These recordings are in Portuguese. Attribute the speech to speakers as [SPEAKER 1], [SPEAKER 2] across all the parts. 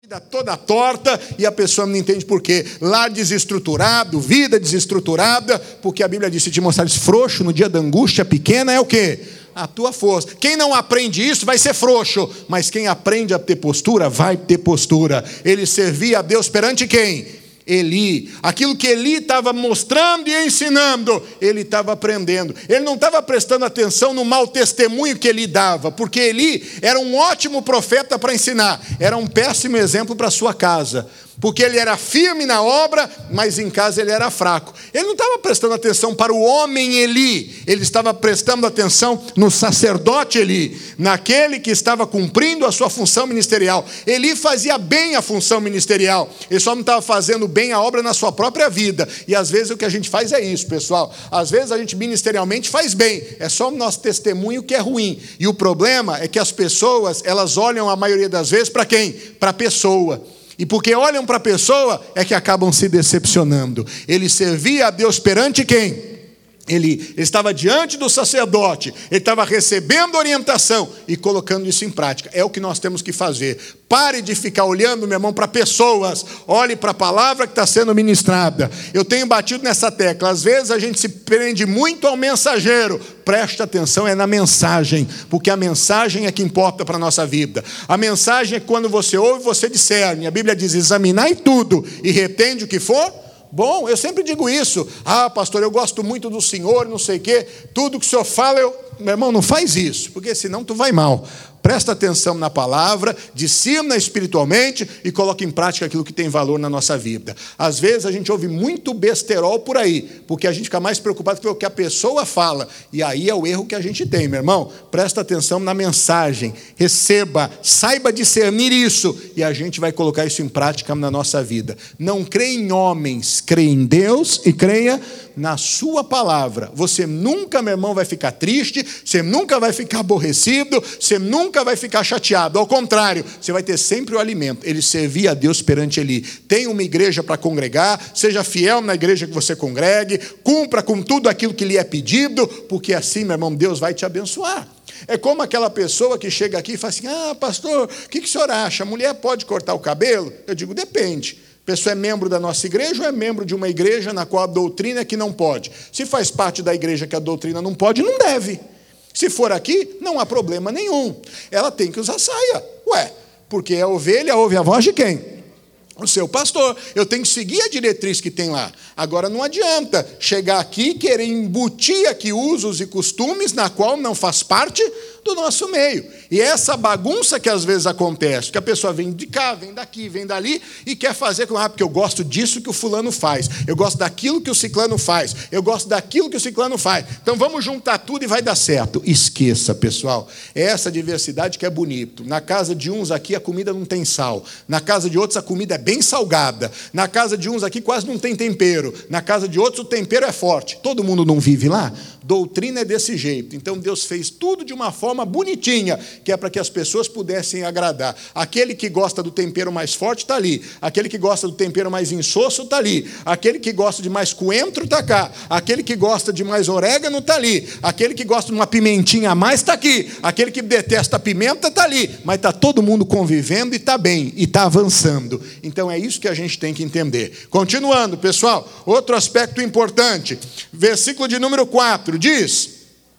[SPEAKER 1] Dá toda torta e a pessoa não entende por quê. Lar desestruturado, vida desestruturada, porque a Bíblia diz: se te mostrares frouxo no dia da angústia pequena, é o quê? A tua força. Quem não aprende isso vai ser frouxo, mas quem aprende a ter postura, vai ter postura. Ele servia a Deus perante quem? Eli. Aquilo que Eli estava mostrando e ensinando, ele estava aprendendo. Ele não estava prestando atenção no mau testemunho que Eli dava, porque Eli era um ótimo profeta para ensinar, era um péssimo exemplo para a sua casa, porque ele era firme na obra, mas em casa ele era fraco. Ele não estava prestando atenção para o homem Eli, ele estava prestando atenção no sacerdote Eli, naquele que estava cumprindo a sua função ministerial. Eli fazia bem a função ministerial, ele só não estava fazendo bem a obra na sua própria vida. E às vezes o que a gente faz é isso, pessoal. Às vezes a gente ministerialmente faz bem, é só o nosso testemunho que é ruim. E o problema é que as pessoas, elas olham a maioria das vezes para quem? Para a pessoa. E porque olham para a pessoa, é que acabam se decepcionando. Ele servia a Deus perante quem? Ele estava diante do sacerdote, ele estava recebendo orientação e colocando isso em prática. É o que nós temos que fazer. Pare de ficar olhando, meu irmão, para pessoas. Olhe para a palavra que está sendo ministrada. Eu tenho batido nessa tecla. Às vezes a gente se prende muito ao mensageiro. Preste atenção, é na mensagem, porque a mensagem é que importa para a nossa vida. A mensagem é quando você ouve, você discerne. A Bíblia diz: examinai tudo e retende o que for bom. Eu sempre digo isso. Pastor, eu gosto muito do Senhor, não sei o quê. Tudo que o Senhor fala, meu irmão, não faz isso, porque senão tu vai mal. Presta atenção na palavra, discirna espiritualmente e coloca em prática aquilo que tem valor na nossa vida. Às vezes a gente ouve muito besterol por aí, porque a gente fica mais preocupado com o que a pessoa fala. E aí é o erro que a gente tem, meu irmão. Presta atenção na mensagem, receba, saiba discernir isso, e a gente vai colocar isso em prática na nossa vida. Não creia em homens, creia em Deus e creia na sua palavra. Você nunca, meu irmão, vai ficar triste, você nunca vai ficar aborrecido, você nunca vai ficar chateado. Ao contrário, você vai ter sempre o alimento. Ele servia a Deus perante Eli. Tenha uma igreja para congregar, seja fiel na igreja que você congregue, cumpra com tudo aquilo que lhe é pedido, porque assim, meu irmão, Deus vai te abençoar. É como aquela pessoa que chega aqui e fala assim: pastor, o que o senhor acha? A mulher pode cortar o cabelo? Eu digo: depende. A pessoa é membro da nossa igreja ou é membro de uma igreja na qual a doutrina é que não pode? Se faz parte da igreja que a doutrina não pode, não deve. Se for aqui, não há problema nenhum. Ela tem que usar saia. Porque a ovelha ouve a voz de quem? O seu pastor. Eu tenho que seguir a diretriz que tem lá. Agora não adianta chegar aqui e querer embutir aqui usos e costumes na qual não faz parte do nosso meio. E essa bagunça que às vezes acontece, que a pessoa vem de cá, vem daqui, vem dali e quer fazer com, porque eu gosto disso que o fulano faz, eu gosto daquilo que o ciclano faz, eu gosto daquilo que o ciclano faz, então vamos juntar tudo e vai dar certo. Esqueça, pessoal, é essa diversidade que é bonito. Na casa de uns aqui a comida não tem sal, na casa de outros a comida é bem salgada, na casa de uns aqui quase não tem tempero, na casa de outros o tempero é forte. Todo mundo não vive lá? Doutrina é desse jeito. Então Deus fez tudo de uma forma bonitinha, que é para que as pessoas pudessem agradar. Aquele que gosta do tempero mais forte está ali, aquele que gosta do tempero mais insosso está ali, aquele que gosta de mais coentro está cá, aquele que gosta de mais orégano está ali, aquele que gosta de uma pimentinha a mais está aqui, aquele que detesta a pimenta está ali, mas está todo mundo convivendo e está bem, e está avançando. Então é isso que a gente tem que entender. Continuando, pessoal, outro aspecto importante, versículo de número 4, diz: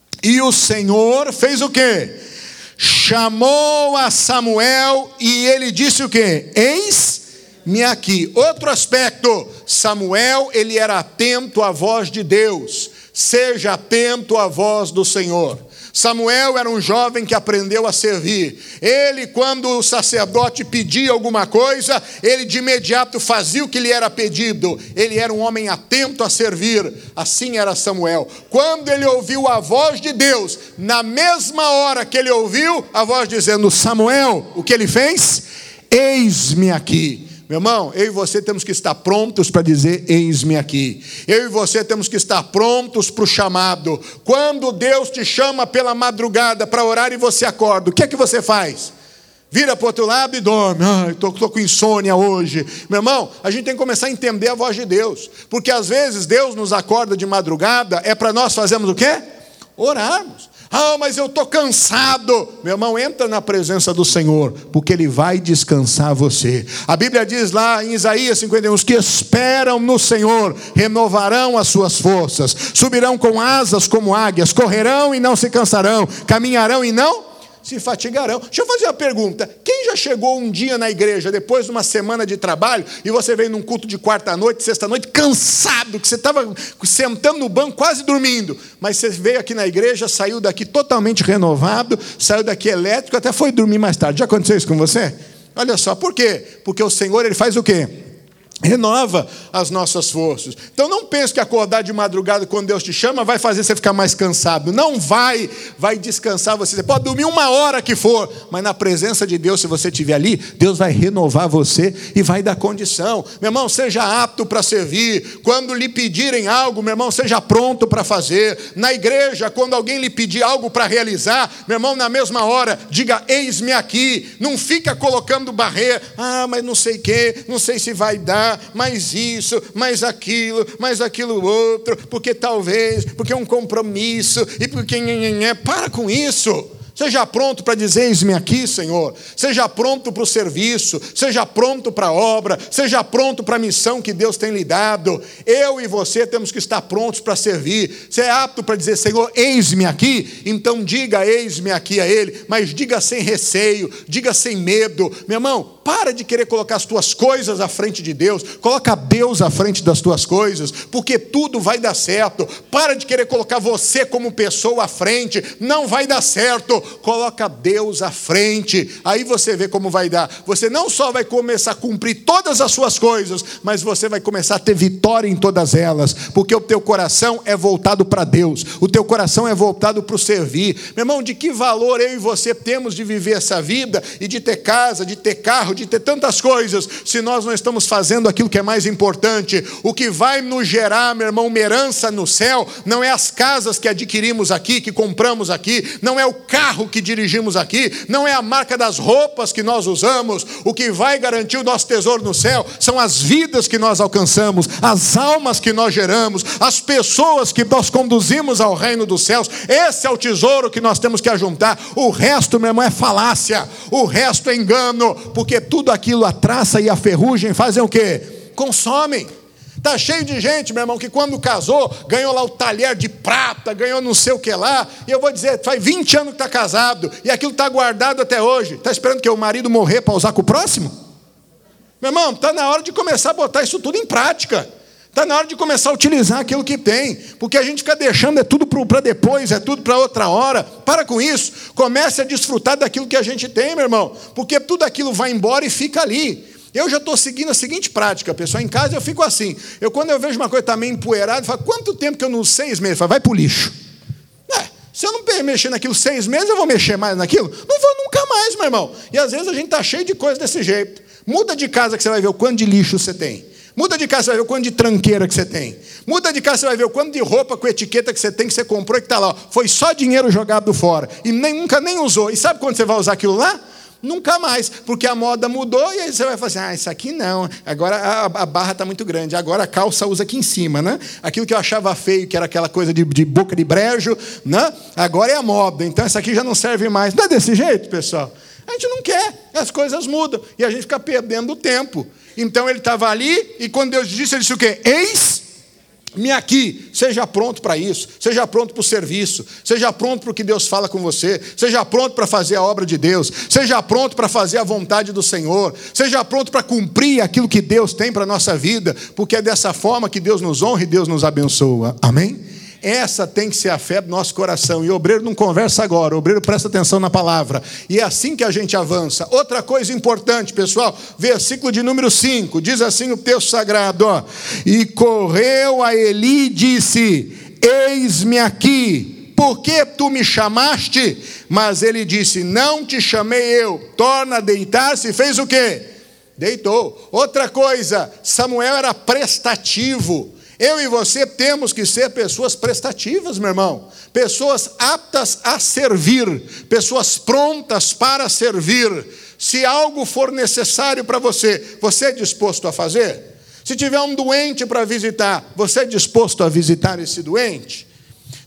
[SPEAKER 1] e o Senhor fez o quê? Chamou a Samuel e ele disse o quê? Eis-me aqui. Outro aspecto, Samuel, ele era atento à voz de Deus. Seja atento à voz do Senhor. Samuel era um jovem que aprendeu a servir. Ele, quando o sacerdote pedia alguma coisa, ele de imediato fazia o que lhe era pedido. Ele era um homem atento a servir. Assim era Samuel. Quando ele ouviu a voz de Deus, na mesma hora que ele ouviu a voz dizendo: Samuel, o que ele fez? Eis-me aqui. Meu irmão, eu e você temos que estar prontos para dizer: eis-me aqui. Eu e você temos que estar prontos para o chamado. Quando Deus te chama pela madrugada para orar e você acorda, o que é que você faz? Vira para o outro lado e dorme. Estou com insônia hoje. Meu irmão, a gente tem que começar a entender a voz de Deus. Porque às vezes Deus nos acorda de madrugada, é para nós fazermos o quê? Orarmos. Ah, mas eu estou cansado. Meu irmão, entra na presença do Senhor, porque Ele vai descansar você. A Bíblia diz lá em Isaías 51, os que esperam no Senhor renovarão as suas forças, subirão com asas como águias, correrão e não se cansarão, caminharão e não se fatigarão. Deixa eu fazer uma pergunta. Quem já chegou um dia na igreja, depois de uma semana de trabalho, e você veio num culto de quarta-noite, sexta-noite, cansado, que você estava sentando no banco, quase dormindo, mas você veio aqui na igreja, saiu daqui totalmente renovado, saiu daqui elétrico, até foi dormir mais tarde. Já aconteceu isso com você? Olha só, por quê? Porque o Senhor, Ele faz o quê? Renova as nossas forças. Então não pense que acordar de madrugada quando Deus te chama vai fazer você ficar mais cansado. Não vai descansar você. Você pode dormir 1 hora que for, mas na presença de Deus, se você estiver ali, Deus vai renovar você e vai dar condição. Meu irmão, seja apto para servir. Quando lhe pedirem algo, meu irmão, seja pronto para fazer. Na igreja, quando alguém lhe pedir algo para realizar, meu irmão, na mesma hora, diga, eis-me aqui. Não fica colocando barreira. Ah, mas não sei o quê, não sei se vai dar. Mais isso, mais aquilo outro, porque talvez, porque é um compromisso, e porque... Para com isso. Seja pronto para dizer, eis-me aqui, Senhor. Seja pronto para o serviço, seja pronto para a obra, seja pronto para a missão que Deus tem lhe dado. Eu e você temos que estar prontos para servir. Você é apto para dizer, Senhor, eis-me aqui? Então diga, eis-me aqui a Ele, mas diga sem receio, diga sem medo. Meu irmão, para de querer colocar as tuas coisas à frente de Deus. Coloca Deus à frente das tuas coisas, porque tudo vai dar certo. Para de querer colocar você como pessoa à frente. Não vai dar certo. Coloca Deus à frente. Aí você vê como vai dar. Você não só vai começar a cumprir todas as suas coisas, mas você vai começar a ter vitória em todas elas, porque o teu coração é voltado para Deus. O teu coração é voltado para o servir. Meu irmão, de que valor eu e você temos de viver essa vida e de ter casa, de ter carro, de ter tantas coisas, se nós não estamos fazendo aquilo que é mais importante? O que vai nos gerar, meu irmão, uma herança no céu, não é as casas que adquirimos aqui, que compramos aqui, não é o carro que dirigimos aqui, não é a marca das roupas que nós usamos. O que vai garantir o nosso tesouro no céu são as vidas que nós alcançamos, as almas que nós geramos, as pessoas que nós conduzimos ao reino dos céus. Esse é o tesouro que nós temos que ajuntar. O resto, meu irmão, é falácia, o resto é engano, porque tudo aquilo, a traça e a ferrugem fazem o quê? Consomem. Está cheio de gente, meu irmão, que quando casou, ganhou lá o talher de prata, ganhou não sei o que lá, e eu vou dizer, faz 20 anos que está casado, e aquilo está guardado até hoje. Está esperando que o marido morrer para usar com o próximo? Meu irmão, está na hora de começar a botar isso tudo em prática. Está na hora de começar a utilizar aquilo que tem, porque a gente fica deixando, é tudo para depois, é tudo para outra hora. Para com isso, comece a desfrutar daquilo que a gente tem, meu irmão, porque tudo aquilo vai embora e fica ali. Eu já estou seguindo a seguinte prática, pessoal. Em casa eu fico assim. Quando eu vejo uma coisa que está meio empoeirada, eu falo, quanto tempo que eu não uso? 6 meses? Eu falo, vai para o lixo. Se eu não mexer naquilo 6 meses, eu vou mexer mais naquilo? Não vou nunca mais, meu irmão. E às vezes a gente está cheio de coisa desse jeito. Muda de casa que você vai ver o quanto de lixo você tem. Muda de casa, você vai ver o quanto de tranqueira que você tem. Muda de casa, você vai ver o quanto de roupa com etiqueta que você comprou e que está lá. Foi só dinheiro jogado fora. E nunca nem usou. E sabe quando você vai usar aquilo lá? Nunca mais, porque a moda mudou, e aí você vai falar assim, isso aqui não, agora a barra está muito grande, agora a calça usa aqui em cima, né? Aquilo que eu achava feio, que era aquela coisa de boca de brejo, né? Agora é a moda, então essa aqui já não serve mais. Não é desse jeito, pessoal? A gente não quer, as coisas mudam, e a gente fica perdendo tempo. Então ele estava ali, e quando Deus disse, ele disse o quê? Eis-me aqui. Seja pronto para isso, seja pronto para o serviço, seja pronto para o que Deus fala com você, seja pronto para fazer a obra de Deus, seja pronto para fazer a vontade do Senhor, seja pronto para cumprir aquilo que Deus tem para a nossa vida, porque é dessa forma que Deus nos honra e Deus nos abençoa. Amém? Essa tem que ser a fé do nosso coração. E o obreiro não conversa agora, o obreiro presta atenção na palavra. E é assim que a gente avança. Outra coisa importante, pessoal, versículo de número 5, diz assim o texto sagrado, ó, e correu a Eli e disse, eis-me aqui, por que tu me chamaste? Mas ele disse, não te chamei eu, torna a deitar-se. E fez o quê? Deitou. Outra coisa, Samuel era prestativo. Eu e você temos que ser pessoas prestativas, meu irmão. Pessoas aptas a servir. Pessoas prontas para servir. Se algo for necessário para você, você é disposto a fazer? Se tiver um doente para visitar, você é disposto a visitar esse doente?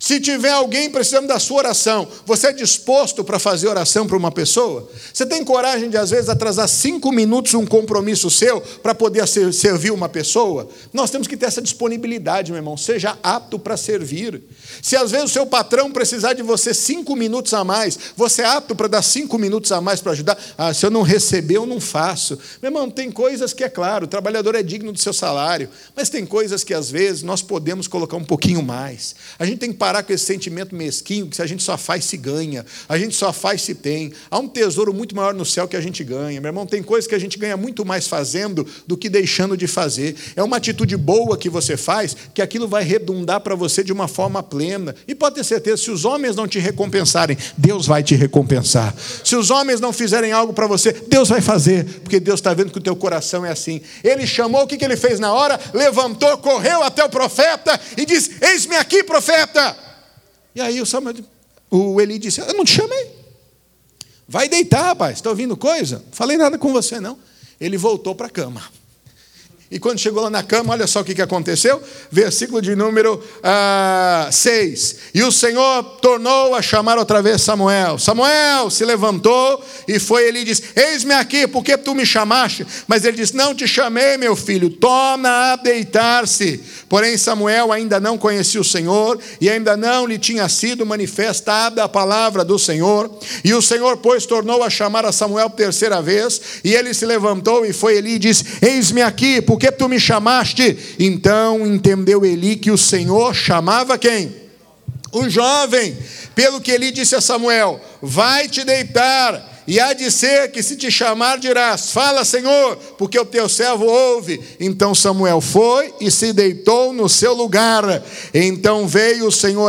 [SPEAKER 1] Se tiver alguém precisando da sua oração, você é disposto para fazer oração para uma pessoa? Você tem coragem de, às vezes, atrasar 5 minutos um compromisso seu para poder servir uma pessoa? Nós temos que ter essa disponibilidade, meu irmão. Seja apto para servir. Se, às vezes, o seu patrão precisar de você 5 minutos a mais, você é apto para dar 5 minutos a mais para ajudar? Ah, se eu não receber, eu não faço. Meu irmão, tem coisas que, é claro, o trabalhador é digno do seu salário, mas tem coisas que, às vezes, nós podemos colocar um pouquinho mais. A gente tem que parar com esse sentimento mesquinho, que se a gente só faz, se ganha. A gente só faz, se tem. Há um tesouro muito maior no céu que a gente ganha. Meu irmão, tem coisas que a gente ganha muito mais fazendo do que deixando de fazer. É uma atitude boa que você faz, que aquilo vai redundar para você de uma forma plena. E pode ter certeza, se os homens não te recompensarem, Deus vai te recompensar. Se os homens não fizerem algo para você, Deus vai fazer, porque Deus está vendo que o teu coração é assim. Ele chamou, o que ele fez na hora? Levantou, correu até o profeta e disse: eis-me aqui, profeta. E aí o Eli disse: eu não te chamei. Vai deitar, rapaz. Está ouvindo coisa? Não falei nada com você, não. Ele voltou para a cama. E quando chegou lá na cama, olha só o que aconteceu. Versículo de número 6. E o Senhor tornou a chamar outra vez Samuel. Samuel se levantou e foi. Ele disse: eis-me aqui, porque tu me chamaste? Mas ele disse: não te chamei, meu filho, torna a deitar-se. Porém Samuel ainda não conhecia o Senhor, e ainda não lhe tinha sido manifestada a palavra do Senhor. E o Senhor, pois, tornou a chamar a Samuel por terceira vez. E ele se levantou e foi Eli e disse: eis-me aqui, porque tu me chamaste? Então entendeu Eli que o Senhor chamava quem? O jovem. Pelo que Eli disse a Samuel: vai te deitar, e há de ser que se te chamar dirás: fala, Senhor, porque o teu servo ouve. Então Samuel foi e se deitou no seu lugar. Então veio o Senhor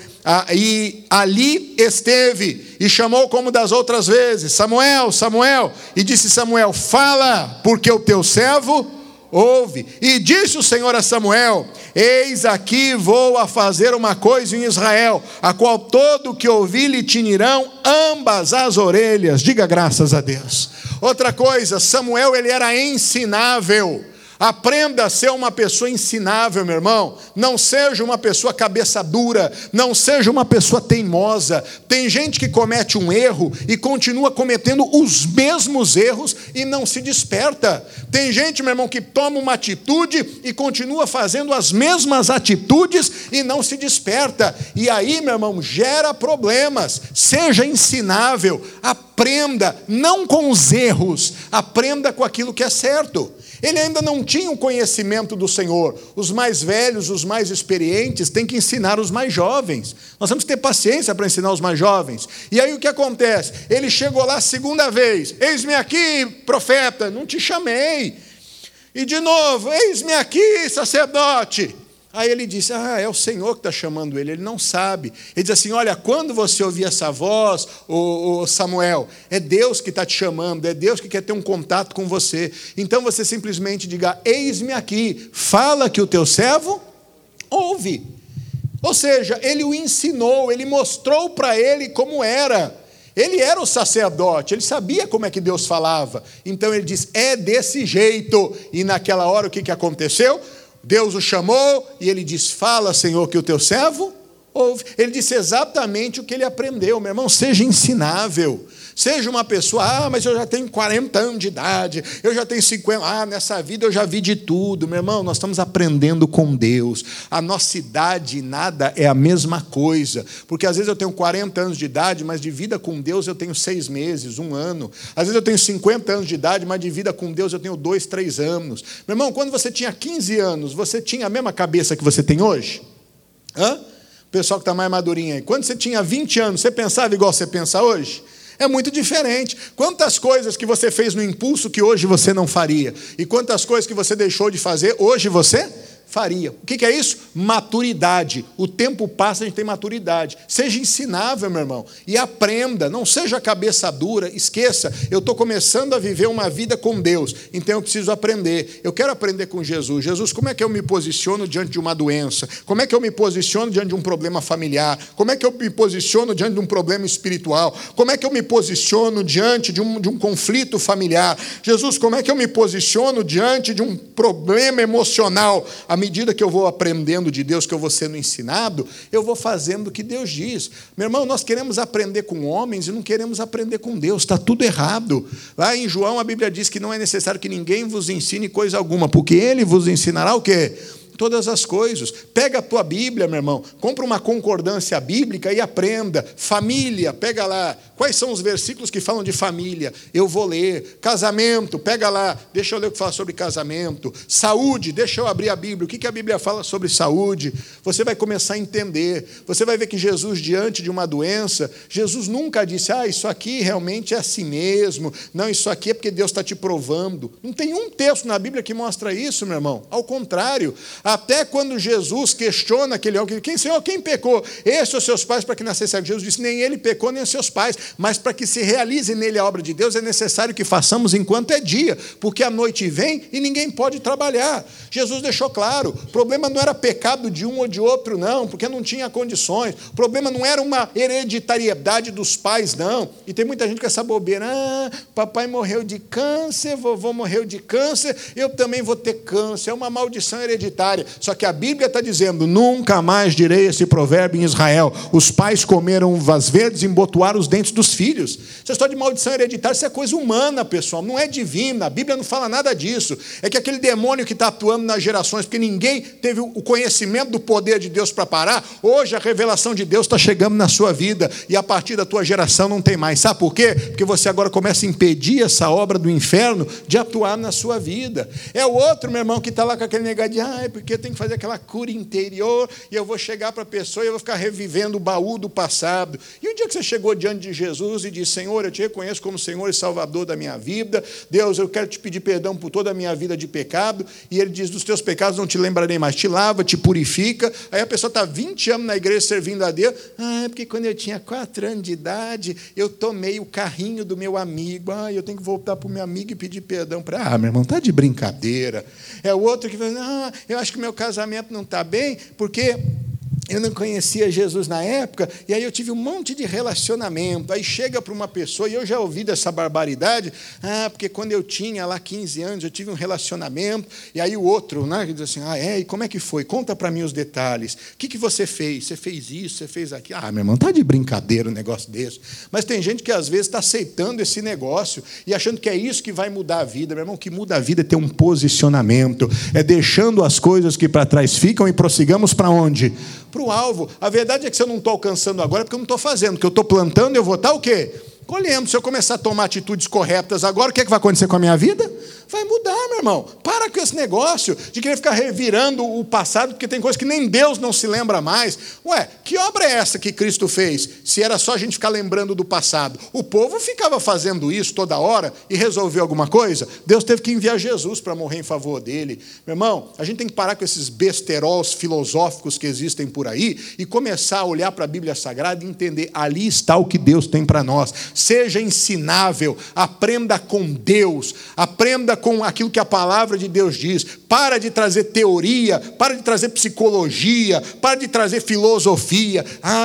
[SPEAKER 1] e ali esteve, e chamou como das outras vezes: Samuel, Samuel. E disse Samuel: fala, porque o teu servo ouve. E disse o Senhor a Samuel: eis aqui vou a fazer uma coisa em Israel, a qual todo que ouvir lhe tinirão ambas as orelhas. Diga graças a Deus. Outra coisa, Samuel, ele era ensinável. Aprenda a ser uma pessoa ensinável, meu irmão. Não seja uma pessoa cabeça dura, não seja uma pessoa teimosa. Tem gente que comete um erro e continua cometendo os mesmos erros e não se desperta. Tem gente, meu irmão, que toma uma atitude e continua fazendo as mesmas atitudes e não se desperta. E aí, meu irmão, gera problemas. Seja ensinável, aprenda, não com os erros, aprenda com aquilo que é certo. Ele ainda não tinha o conhecimento do Senhor. Os mais velhos, os mais experientes, têm que ensinar os mais jovens. Nós temos que ter paciência para ensinar os mais jovens. E aí o que acontece? Ele chegou lá a segunda vez: eis-me aqui, profeta, não te chamei. E de novo: eis-me aqui, sacerdote. Aí ele disse: é o Senhor que está chamando ele não sabe. Ele diz assim: olha, quando você ouvir essa voz, ô Samuel, é Deus que está te chamando, é Deus que quer ter um contato com você. Então você simplesmente diga: eis-me aqui, fala que o teu servo ouve. Ou seja, ele o ensinou, ele mostrou para ele como era. Ele era o sacerdote, ele sabia como é que Deus falava. Então ele diz: é desse jeito. E naquela hora o que aconteceu? Deus o chamou e ele diz: fala, Senhor, que o teu servo ouve. Ele disse exatamente o que ele aprendeu. Meu irmão, seja ensinável. Seja uma pessoa: mas eu já tenho 40 anos de idade, eu já tenho 50, nessa vida eu já vi de tudo. Meu irmão, nós estamos aprendendo com Deus. A nossa idade e nada é a mesma coisa, porque às vezes eu tenho 40 anos de idade, mas de vida com Deus eu tenho 6 meses, 1 ano. Às vezes eu tenho 50 anos de idade, mas de vida com Deus eu tenho 2, 3 anos. Meu irmão, quando você tinha 15 anos, você tinha a mesma cabeça que você tem hoje? O pessoal que está mais madurinho aí. Quando você tinha 20 anos, você pensava igual você pensa hoje? É muito diferente. Quantas coisas que você fez no impulso que hoje você não faria? E quantas coisas que você deixou de fazer, hoje você faria. O que é isso? Maturidade. O tempo passa, a gente tem maturidade. Seja ensinável, meu irmão, e aprenda. Não seja cabeça dura. Esqueça, eu estou começando a viver uma vida com Deus, então eu preciso aprender. Eu quero aprender com Jesus. Jesus, como é que eu me posiciono diante de uma doença? Como é que eu me posiciono diante de um problema familiar? Como é que eu me posiciono diante de um problema espiritual? Como é que eu me posiciono diante de um conflito familiar? Jesus, como é que eu me posiciono diante de um problema emocional? à medida que eu vou aprendendo de Deus, que eu vou sendo ensinado, eu vou fazendo o que Deus diz. Meu irmão, nós queremos aprender com homens e não queremos aprender com Deus, está tudo errado. Lá em João, a Bíblia diz que não é necessário que ninguém vos ensine coisa alguma, porque Ele vos ensinará o quê? Todas as coisas. Pega a tua Bíblia, meu irmão, compra uma concordância bíblica e aprenda. Família, pega lá. Quais são os versículos que falam de família? Eu vou ler. Casamento, pega lá. Deixa eu ler o que fala sobre casamento. Saúde, deixa eu abrir a Bíblia. O que a Bíblia fala sobre saúde? Você vai começar a entender. Você vai ver que Jesus, diante de uma doença, Jesus nunca disse, isso aqui realmente é assim mesmo. Não, isso aqui é porque Deus está te provando. Não tem um texto na Bíblia que mostra isso, meu irmão. Ao contrário. Até quando Jesus questiona aquele homem, Senhor, quem pecou? Esse ou seus pais para que nascesse? Jesus disse, nem ele pecou, nem os seus pais, mas para que se realize nele a obra de Deus, é necessário que façamos enquanto é dia, porque a noite vem e ninguém pode trabalhar. Jesus deixou claro, o problema não era pecado de um ou de outro, não, porque não tinha condições. O problema não era uma hereditariedade dos pais, não. E tem muita gente com essa bobeira, papai morreu de câncer, vovô morreu de câncer, eu também vou ter câncer, é uma maldição hereditária. Só que a Bíblia está dizendo, nunca mais direi esse provérbio em Israel, os pais comeram uvas verdes e embotoaram os dentes dos filhos. Essa história de maldição hereditária, isso é coisa humana, pessoal, não é divina, a Bíblia não fala nada disso. É que aquele demônio que está atuando nas gerações, porque ninguém teve o conhecimento do poder de Deus para parar, hoje a revelação de Deus está chegando na sua vida, e a partir da tua geração não tem mais. Sabe por quê? Porque você agora começa a impedir essa obra do inferno de atuar na sua vida. É o outro, meu irmão, que está lá com aquele negócio de, porque eu tenho que fazer aquela cura interior, e eu vou chegar para a pessoa e eu vou ficar revivendo o baú do passado. E o dia que você chegou diante de Jesus e disse, Senhor, eu te reconheço como Senhor e Salvador da minha vida, Deus, eu quero te pedir perdão por toda a minha vida de pecado, e Ele diz, dos teus pecados não te lembrarei mais, te lava, te purifica. Aí a pessoa está 20 anos na igreja servindo a Deus, porque quando eu tinha 4 anos de idade, eu tomei o carrinho do meu amigo, eu tenho que voltar para o meu amigo e pedir perdão para meu irmão, está de brincadeira. É o outro que fala, eu acho que meu casamento não está bem, porque eu não conhecia Jesus na época, e aí eu tive um monte de relacionamento. Aí chega para uma pessoa, e eu já ouvi dessa barbaridade, porque quando eu tinha lá 15 anos, eu tive um relacionamento, e aí o outro, né, diz assim, e como é que foi? Conta para mim os detalhes. O que você fez? Você fez isso, você fez aquilo. Meu irmão, está de brincadeira um negócio desse. Mas tem gente que às vezes está aceitando esse negócio, e achando que é isso que vai mudar a vida. Meu irmão, o que muda a vida é ter um posicionamento, é deixando as coisas que para trás ficam e prossigamos para onde? Para o alvo. A verdade é que se eu não estou alcançando agora, é porque eu não estou fazendo. O que eu estou plantando, eu vou estar o quê? Colhendo. Se eu começar a tomar atitudes corretas agora, o que vai acontecer com a minha vida? Vai mudar, meu irmão. Para com esse negócio de querer ficar revirando o passado, porque tem coisa que nem Deus não se lembra mais. Que obra é essa que Cristo fez? Se era só a gente ficar lembrando do passado. O povo ficava fazendo isso toda hora e resolveu alguma coisa. Deus teve que enviar Jesus para morrer em favor dele. Meu irmão, a gente tem que parar com esses besterols filosóficos que existem por aí e começar a olhar para a Bíblia Sagrada e entender, ali está o que Deus tem para nós. Seja ensinável, aprenda com Deus, aprenda com aquilo que a palavra de Deus diz. Para de trazer teoria, para de trazer psicologia, para de trazer filosofia.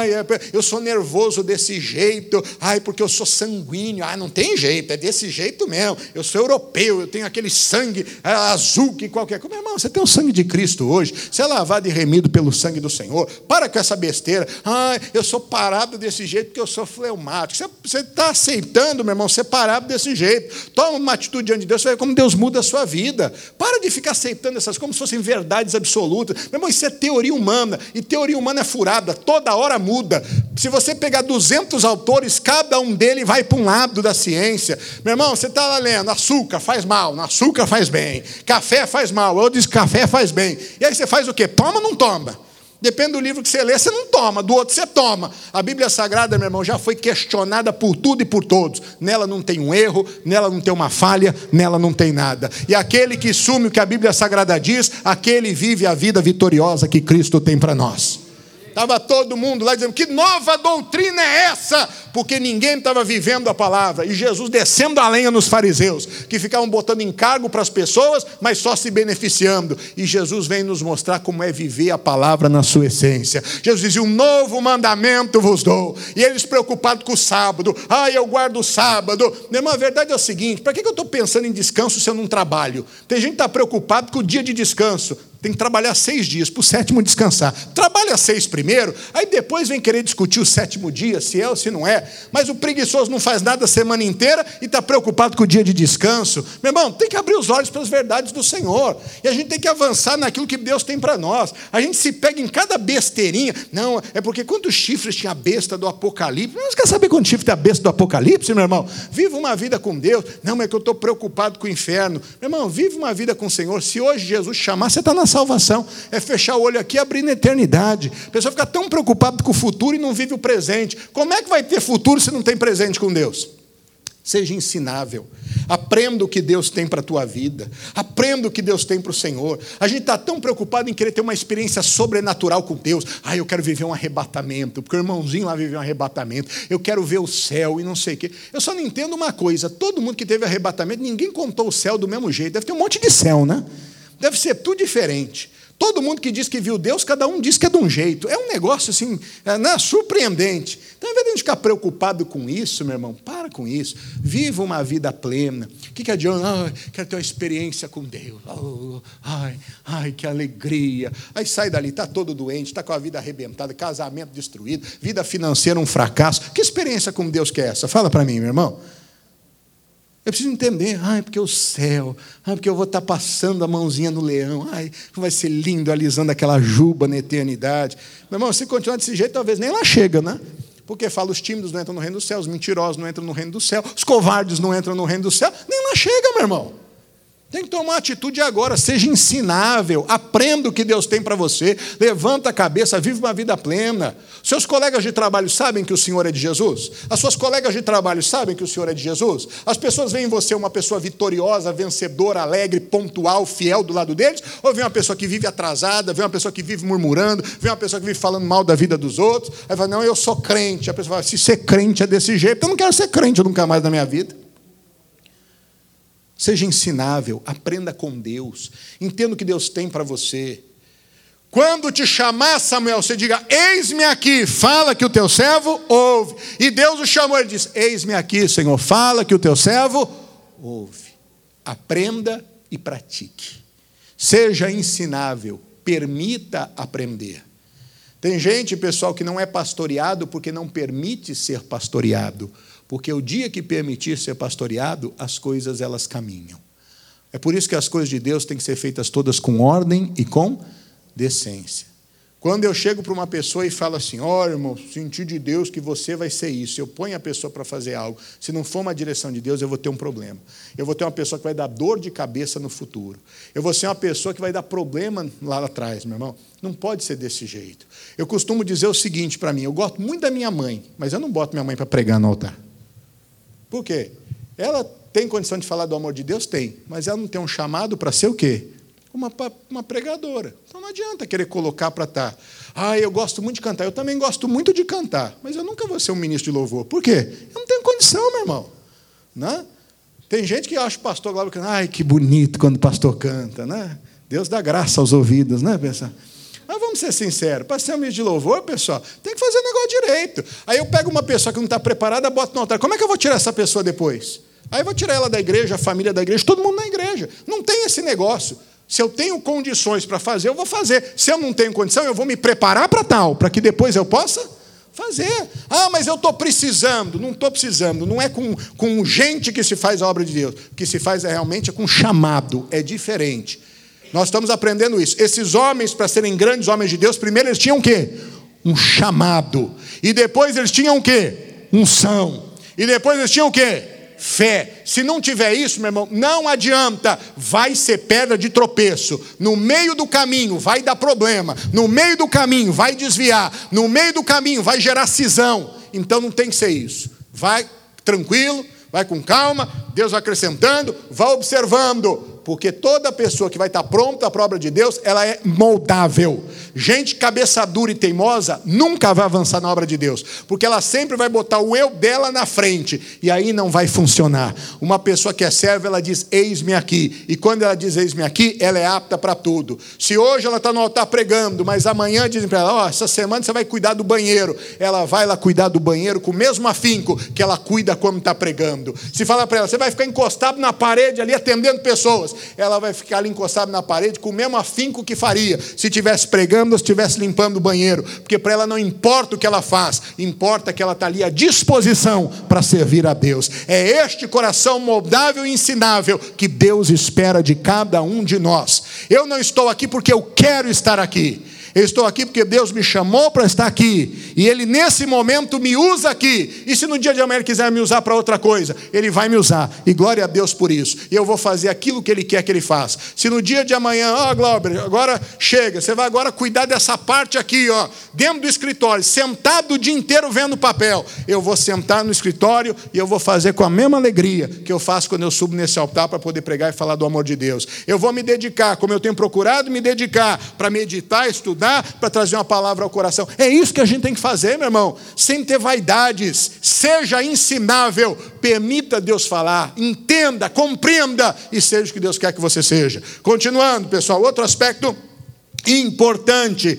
[SPEAKER 1] Eu sou nervoso desse jeito, porque eu sou sanguíneo. Não tem jeito, é desse jeito mesmo. Eu sou europeu, eu tenho aquele sangue azul que qualquer coisa. Meu irmão, você tem o sangue de Cristo hoje, você é lavado e remido pelo sangue do Senhor. Para com essa besteira. Eu sou parado desse jeito porque eu sou fleumático. Você está aceitando, meu irmão, ser parado desse jeito. Toma uma atitude diante de Deus, você vai ver como Deus muda a sua vida. Para de ficar aceitando essas coisas como se fossem verdades absolutas. Meu irmão, isso é teoria humana, e teoria humana é furada, toda hora muda. Se você pegar 200 autores, cada um deles vai para um lado da ciência. Meu irmão, você está lá lendo, açúcar faz mal, açúcar faz bem, café faz mal, eu disse café faz bem. E aí você faz o quê? Toma ou não toma? Depende do livro que você lê, você não toma, do outro você toma. A Bíblia Sagrada, meu irmão, já foi questionada por tudo e por todos. Nela não tem um erro, nela não tem uma falha, nela não tem nada. E aquele que assume o que a Bíblia Sagrada diz, aquele vive a vida vitoriosa que Cristo tem para nós. Estava todo mundo lá dizendo, que nova doutrina é essa? Porque ninguém estava vivendo a palavra. E Jesus descendo a lenha nos fariseus, que ficavam botando encargo para as pessoas, mas só se beneficiando. E Jesus vem nos mostrar como é viver a palavra na sua essência. Jesus dizia, um novo mandamento vos dou. E eles preocupados com o sábado. Eu guardo o sábado. Meu irmão, a verdade é o seguinte, para que eu estou pensando em descanso se eu não trabalho? Tem gente que está preocupado com o dia de descanso. Tem que trabalhar 6 dias, para o 7º descansar. Trabalha 6 primeiro, aí depois vem querer discutir o 7º dia, se é ou se não é. Mas o preguiçoso não faz nada a semana inteira e está preocupado com o dia de descanso. Meu irmão, tem que abrir os olhos para as verdades do Senhor. E a gente tem que avançar naquilo que Deus tem para nós. A gente se pega em cada besteirinha. Não, é porque quantos chifres tinha a besta do Apocalipse? Você quer saber quantos chifres tem a besta do Apocalipse, meu irmão? Viva uma vida com Deus. Não, mas é que eu estou preocupado com o inferno. Meu irmão, vive uma vida com o Senhor. Se hoje Jesus te chamar, você está na salvação. É fechar o olho aqui e abrir na eternidade. A pessoa fica tão preocupada com o futuro e não vive o presente. Como é que vai ter futuro se não tem presente com Deus? Seja ensinável. Aprenda o que Deus tem para a tua vida. Aprenda o que Deus tem para o Senhor. A gente está tão preocupado em querer ter uma experiência sobrenatural com Deus. Eu quero viver um arrebatamento, porque o irmãozinho lá viveu um arrebatamento. Eu quero ver o céu e não sei o quê. Eu só não entendo uma coisa. Todo mundo que teve arrebatamento, ninguém contou o céu do mesmo jeito. Deve ter um monte de céu, né? Deve ser tudo diferente. Todo mundo que diz que viu Deus, cada um diz que é de um jeito. É um negócio assim, surpreendente. Então, ao invés de a gente ficar preocupado com isso, meu irmão, para com isso. Viva uma vida plena. O que adianta? Quero ter uma experiência com Deus. Que alegria. Aí sai dali, está todo doente, está com a vida arrebentada, casamento destruído, vida financeira um fracasso. Que experiência com Deus que é essa? Fala para mim, meu irmão. Eu preciso entender, porque o céu, porque eu vou estar passando a mãozinha no leão, vai ser lindo alisando aquela juba na eternidade. Meu irmão, se continuar desse jeito, talvez nem lá chega, né? Porque fala, os tímidos não entram no reino do céu, os mentirosos não entram no reino do céu, os covardes não entram no reino do céu, nem lá chega, meu irmão. Tem que tomar atitude agora, seja ensinável, aprenda o que Deus tem para você, levanta a cabeça, vive uma vida plena. Seus colegas de trabalho sabem que o Senhor é de Jesus? As suas colegas de trabalho sabem que o Senhor é de Jesus? As pessoas veem em você uma pessoa vitoriosa, vencedora, alegre, pontual, fiel do lado deles? Ou vê uma pessoa que vive atrasada, vê uma pessoa que vive murmurando, vê uma pessoa que vive falando mal da vida dos outros? Aí fala, não, eu sou crente. A pessoa fala, se ser crente é desse jeito, eu não quero ser crente nunca mais na minha vida. Seja ensinável, aprenda com Deus, entenda o que Deus tem para você. Quando te chamar, Samuel, você diga, eis-me aqui, fala que o teu servo ouve. E Deus o chamou, ele disse, eis-me aqui, Senhor, fala que o teu servo ouve. Aprenda e pratique. Seja ensinável, permita aprender. Tem gente, pessoal, que não é pastoreado porque não permite ser pastoreado. Porque o dia que permitir ser pastoreado, as coisas elas caminham. É por isso que as coisas de Deus têm que ser feitas todas com ordem e com decência. Quando eu chego para uma pessoa e falo assim, irmão, senti de Deus que você vai ser isso. Eu ponho a pessoa para fazer algo. Se não for uma direção de Deus, eu vou ter um problema. Eu vou ter uma pessoa que vai dar dor de cabeça no futuro. Eu vou ser uma pessoa que vai dar problema lá atrás, meu irmão. Não pode ser desse jeito. Eu costumo dizer o seguinte para mim, eu gosto muito da minha mãe, mas eu não boto minha mãe para pregar no altar. Por quê? Ela tem condição de falar do amor de Deus? Tem. Mas ela não tem um chamado para ser o quê? Uma pregadora. Então não adianta querer colocar para estar. Eu gosto muito de cantar. Eu também gosto muito de cantar. Mas eu nunca vou ser um ministro de louvor. Por quê? Eu não tenho condição, meu irmão. Né? Tem gente que acha o pastor Glauber cantando. Que bonito quando o pastor canta. Né? Deus dá graça aos ouvidos, né, pessoal? Mas vamos ser sinceros, para ser um ministro de louvor, pessoal, tem que fazer o negócio direito. Aí eu pego uma pessoa que não está preparada, boto no altar. Como é que eu vou tirar essa pessoa depois? Aí eu vou tirar ela da igreja, a família da igreja, todo mundo na igreja. Não tem esse negócio. Se eu tenho condições para fazer, eu vou fazer. Se eu não tenho condição, eu vou me preparar para tal, para que depois eu possa fazer. Mas eu estou precisando. Não estou precisando. Não é com gente que se faz a obra de Deus. O que se faz realmente é com chamado. É diferente. Nós estamos aprendendo isso. Esses homens, para serem grandes homens de Deus, primeiro eles tinham o quê? Um chamado. E depois eles tinham o quê? Unção. E depois eles tinham o quê? Fé. Se não tiver isso, meu irmão, não adianta. Vai ser pedra de tropeço. No meio do caminho vai dar problema. No meio do caminho vai desviar. No meio do caminho vai gerar cisão. Então não tem que ser isso. Vai tranquilo, vai com calma. Deus vai acrescentando, vai observando. Porque toda pessoa que vai estar pronta para a obra de Deus, ela é moldável. Gente cabeça dura e teimosa nunca vai avançar na obra de Deus. Porque ela sempre vai botar o eu dela na frente. E aí não vai funcionar. Uma pessoa que é serva, ela diz, eis-me aqui. E quando ela diz, eis-me aqui, ela é apta para tudo. Se hoje ela está no altar pregando, mas amanhã dizem para ela, essa semana você vai cuidar do banheiro. Ela vai lá cuidar do banheiro com o mesmo afinco que ela cuida quando está pregando. Se falar para ela, você vai ficar encostado na parede ali atendendo pessoas. ela vai ficar ali encostada na parede com o mesmo afinco que faria se estivesse pregando ou se estivesse limpando o banheiro, porque para ela não importa o que ela faz, importa que ela está ali à disposição para servir a Deus. É este coração moldável e ensinável que Deus espera de cada um de nós. Eu não estou aqui porque eu quero estar aqui. Eu estou aqui porque Deus me chamou para estar aqui, e Ele nesse momento me usa aqui, e se no dia de amanhã Ele quiser me usar para outra coisa, Ele vai me usar, e glória a Deus por isso, e eu vou fazer aquilo que Ele quer que Ele faça. Se no dia de amanhã, Glauber, agora chega, você vai agora cuidar dessa parte aqui, dentro do escritório, sentado o dia inteiro vendo papel, eu vou sentar no escritório, e eu vou fazer com a mesma alegria que eu faço quando eu subo nesse altar para poder pregar e falar do amor de Deus. Eu vou me dedicar, como eu tenho procurado me dedicar, para meditar, estudar, para trazer uma palavra ao coração. É isso que a gente tem que fazer, meu irmão, sem ter vaidades. Seja ensinável, permita Deus falar, entenda, compreenda e seja o que Deus quer que você seja. Continuando, pessoal, outro aspecto importante,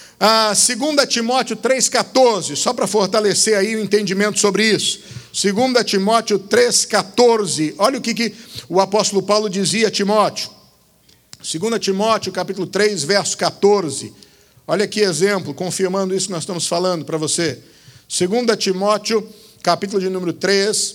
[SPEAKER 1] 2 Timóteo 3,14, só para fortalecer aí o entendimento sobre isso. 2 Timóteo 3,14, olha o que o apóstolo Paulo dizia a Timóteo. 2 Timóteo capítulo 3, verso 14. Olha que exemplo, confirmando isso que nós estamos falando para você. 2 Timóteo, capítulo de número 3,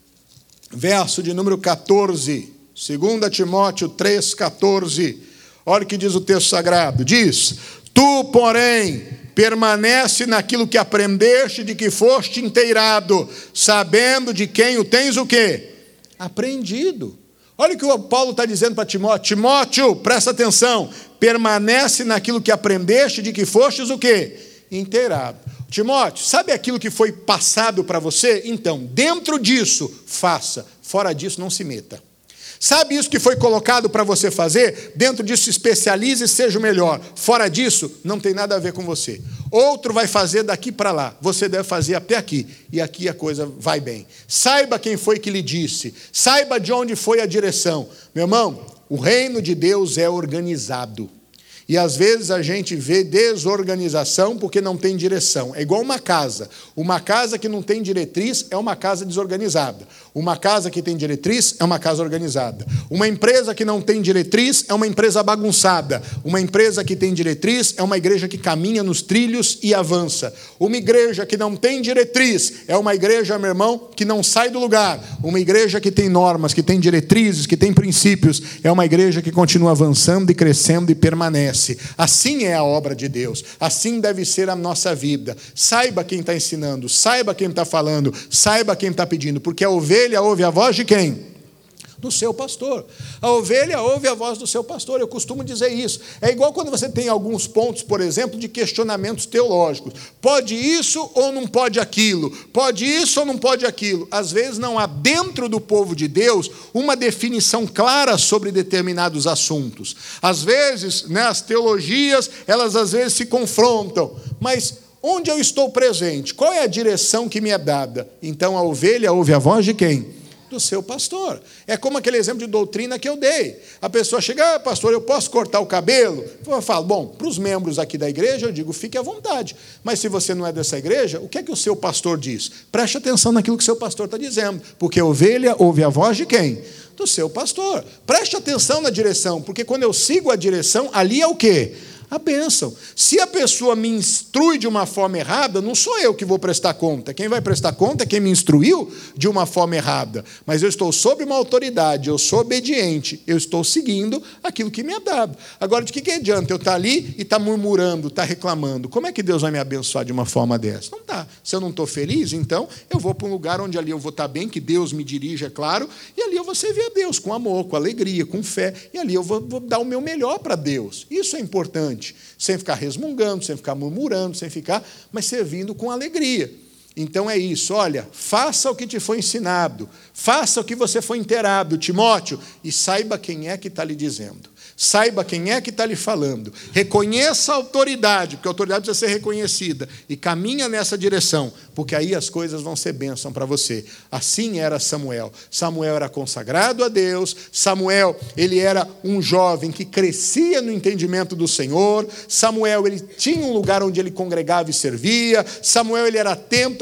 [SPEAKER 1] verso de número 14. 2 Timóteo 3, 14. Olha o que diz o texto sagrado. Diz: tu, porém, permanece naquilo que aprendeste, de que foste inteirado, sabendo de quem o tens o quê? Aprendido. Olha o que o Paulo está dizendo para Timóteo. Timóteo, presta atenção, permanece naquilo que aprendeste, de que fostes o quê? Inteirado. Timóteo, sabe aquilo que foi passado para você? Então, dentro disso, faça. Fora disso, não se meta. Sabe isso que foi colocado para você fazer? Dentro disso, especialize e seja o melhor. Fora disso, não tem nada a ver com você. Outro vai fazer daqui para lá. Você deve fazer até aqui. E aqui a coisa vai bem. Saiba quem foi que lhe disse. Saiba de onde foi a direção. Meu irmão, o reino de Deus é organizado. E às vezes a gente vê desorganização porque não tem direção. É igual uma casa. Uma casa que não tem diretriz é uma casa desorganizada. Uma casa que tem diretriz é uma casa organizada. Uma empresa que não tem diretriz é uma empresa bagunçada. Uma empresa que tem diretriz é uma igreja que caminha nos trilhos e avança. Uma igreja que não tem diretriz é uma igreja, meu irmão, que não sai do lugar. Uma igreja que tem normas, que tem diretrizes, que tem princípios, é uma igreja que continua avançando e crescendo e permanece. Assim é a obra de Deus, assim deve ser a nossa vida. Saiba quem está ensinando, saiba quem está falando, saiba quem está pedindo, porque a ovelha ouve a voz de quem? Do seu pastor. A ovelha ouve a voz do seu pastor, eu costumo dizer isso. É igual quando você tem alguns pontos, por exemplo, de questionamentos teológicos. Pode isso ou não pode aquilo? Pode isso ou não pode aquilo? Às vezes não há dentro do povo de Deus uma definição clara sobre determinados assuntos. Às vezes, as teologias, elas às vezes se confrontam, mas onde eu estou presente? Qual é a direção que me é dada? Então a ovelha ouve a voz de quem? Do seu pastor. É como aquele exemplo de doutrina que eu dei. A pessoa chega, pastor, eu posso cortar o cabelo? Eu falo, bom, para os membros aqui da igreja, eu digo, fique à vontade. Mas se você não é dessa igreja, o que é que o seu pastor diz? Preste atenção naquilo que o seu pastor está dizendo, porque a ovelha ouve a voz de quem? Do seu pastor. Preste atenção na direção, porque quando eu sigo a direção, ali é o quê? A bênção. Se a pessoa me instrui de uma forma errada, não sou eu que vou prestar conta. Quem vai prestar conta é quem me instruiu de uma forma errada. Mas eu estou sob uma autoridade, eu sou obediente, eu estou seguindo aquilo que me é dado. Agora, de que adianta eu estar ali e estar murmurando, estar reclamando? Como é que Deus vai me abençoar de uma forma dessa? Não dá. Se eu não estou feliz, então eu vou para um lugar onde ali eu vou estar bem, que Deus me dirija, é claro, e ali eu vou servir a Deus com amor, com alegria, com fé, e ali eu vou dar o meu melhor para Deus. Isso é importante. Sem ficar resmungando, sem ficar murmurando, sem ficar, mas servindo com alegria. Então é isso, olha, faça o que te foi ensinado, faça o que você foi inteirado, Timóteo, e saiba quem é que está lhe dizendo. Saiba quem é que está lhe falando. Reconheça a autoridade, porque a autoridade precisa ser reconhecida. E caminha nessa direção, porque aí as coisas vão ser bênção para você. Assim era Samuel. Samuel era consagrado a Deus. Samuel, ele era um jovem que crescia no entendimento do Senhor. Samuel, ele tinha um lugar onde ele congregava e servia. Samuel, ele era atento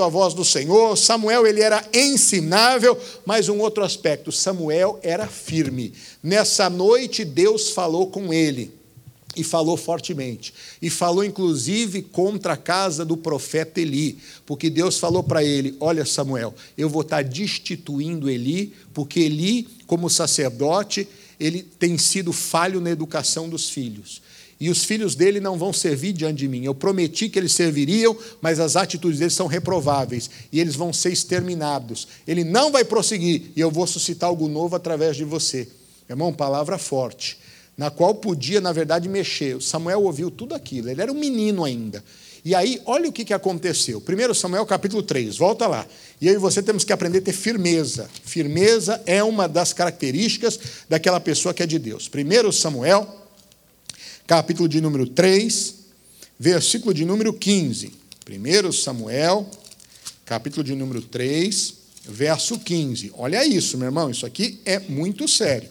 [SPEAKER 1] a voz do Senhor. Samuel, ele era ensinável, mas um outro aspecto, Samuel era firme. Nessa noite, Deus falou com ele, e falou fortemente, e falou inclusive contra a casa do profeta Eli, porque Deus falou para ele: olha, Samuel, eu vou estar destituindo Eli, porque Eli, como sacerdote, ele tem sido falho na educação dos filhos, e os filhos dele não vão servir diante de mim. Eu prometi que eles serviriam, mas as atitudes deles são reprováveis, e eles vão ser exterminados. Ele não vai prosseguir, e eu vou suscitar algo novo através de você. Irmão, palavra forte, na qual podia, na verdade, mexer. Samuel ouviu tudo aquilo, ele era um menino ainda. E aí, olha o que aconteceu. 1 Samuel, capítulo 3, volta lá. E eu e você temos que aprender a ter firmeza. Firmeza é uma das características daquela pessoa que é de Deus. 1 Samuel, capítulo de número 3, versículo de número 15. 1 Samuel, capítulo de número 3, verso 15. Olha isso, meu irmão, isso aqui é muito sério.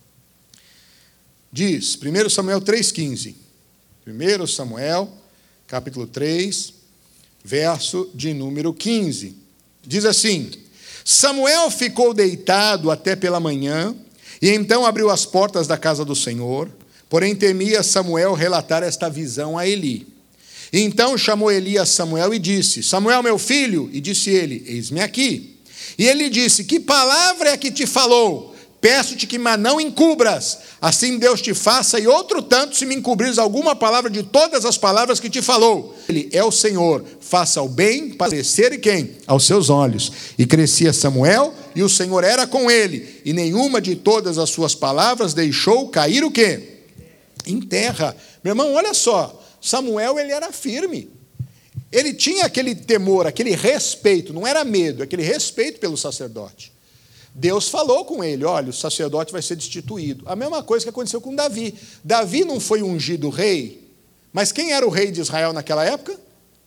[SPEAKER 1] Diz, 1 Samuel 3,15. 1 Samuel, capítulo 3, verso de número 15. Diz assim: Samuel ficou deitado até pela manhã, e então abriu as portas da casa do Senhor, porém temia Samuel relatar esta visão a Eli. E então chamou Eli a Samuel e disse: Samuel, meu filho, e disse ele: eis-me aqui. E ele disse: que palavra é que te falou? Peço-te que não encubras, assim Deus te faça, e outro tanto se me encobrires alguma palavra de todas as palavras que te falou. Ele é o Senhor, faça o bem, parecer e quem? Aos seus olhos. E crescia Samuel, e o Senhor era com ele, e nenhuma de todas as suas palavras deixou cair o quê? Em terra. Meu irmão, olha só, Samuel, ele era firme. Ele tinha aquele temor, aquele respeito, não era medo, aquele respeito pelo sacerdote. Deus falou com ele: olha, o sacerdote vai ser destituído. A mesma coisa que aconteceu com Davi. Davi não foi ungido rei, mas quem era o rei de Israel naquela época?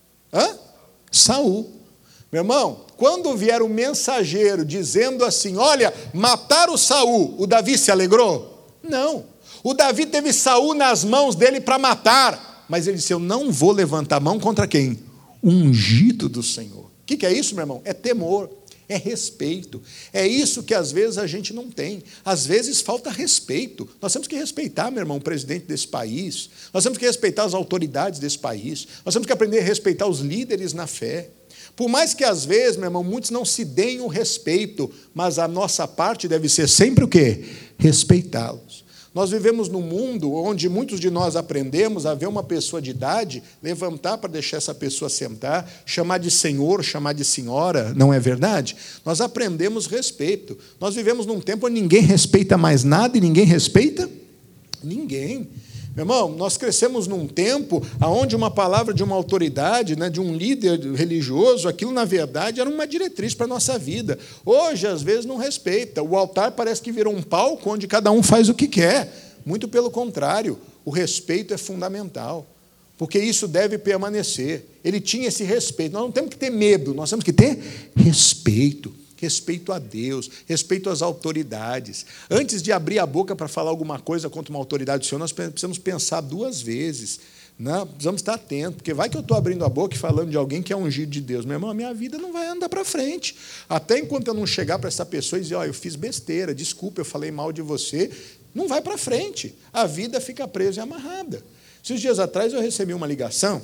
[SPEAKER 1] Saul. Meu irmão, quando vier o mensageiro dizendo assim: olha, mataram o Saul, o Davi se alegrou? Não. O Davi teve Saul nas mãos dele para matar, mas ele disse: eu não vou levantar a mão contra quem? O ungido do Senhor. O que é isso, meu irmão? É temor. É respeito. É isso que às vezes a gente não tem. Às vezes falta respeito. Nós temos que respeitar, meu irmão, o presidente desse país. Nós temos que respeitar as autoridades desse país. Nós temos que aprender a respeitar os líderes na fé. Por mais que às vezes, meu irmão, muitos não se deem o respeito, mas a nossa parte deve ser sempre o quê? Respeitá-los. Nós vivemos num mundo onde muitos de nós aprendemos a ver uma pessoa de idade, levantar para deixar essa pessoa sentar, chamar de senhor, chamar de senhora, não é verdade? Nós aprendemos respeito. Nós vivemos num tempo onde ninguém respeita mais nada e ninguém respeita ninguém. Meu irmão, nós crescemos num tempo onde uma palavra de uma autoridade, né, de um líder religioso, aquilo, na verdade, era uma diretriz para a nossa vida. Hoje, às vezes, não respeita. O altar parece que virou um palco onde cada um faz o que quer. Muito pelo contrário, o respeito é fundamental, porque isso deve permanecer. Ele tinha esse respeito. Nós não temos que ter medo, nós temos que ter respeito. Respeito a Deus, respeito às autoridades. Antes de abrir a boca para falar alguma coisa contra uma autoridade do Senhor, nós precisamos pensar duas vezes. Né? Precisamos estar atentos, porque vai que eu estou abrindo a boca e falando de alguém que é ungido de Deus. Meu irmão, a minha vida não vai andar para frente. Até enquanto eu não chegar para essa pessoa e dizer: eu fiz besteira, desculpa, eu falei mal de você, não vai para frente. A vida fica presa e amarrada. Esses dias atrás eu recebi uma ligação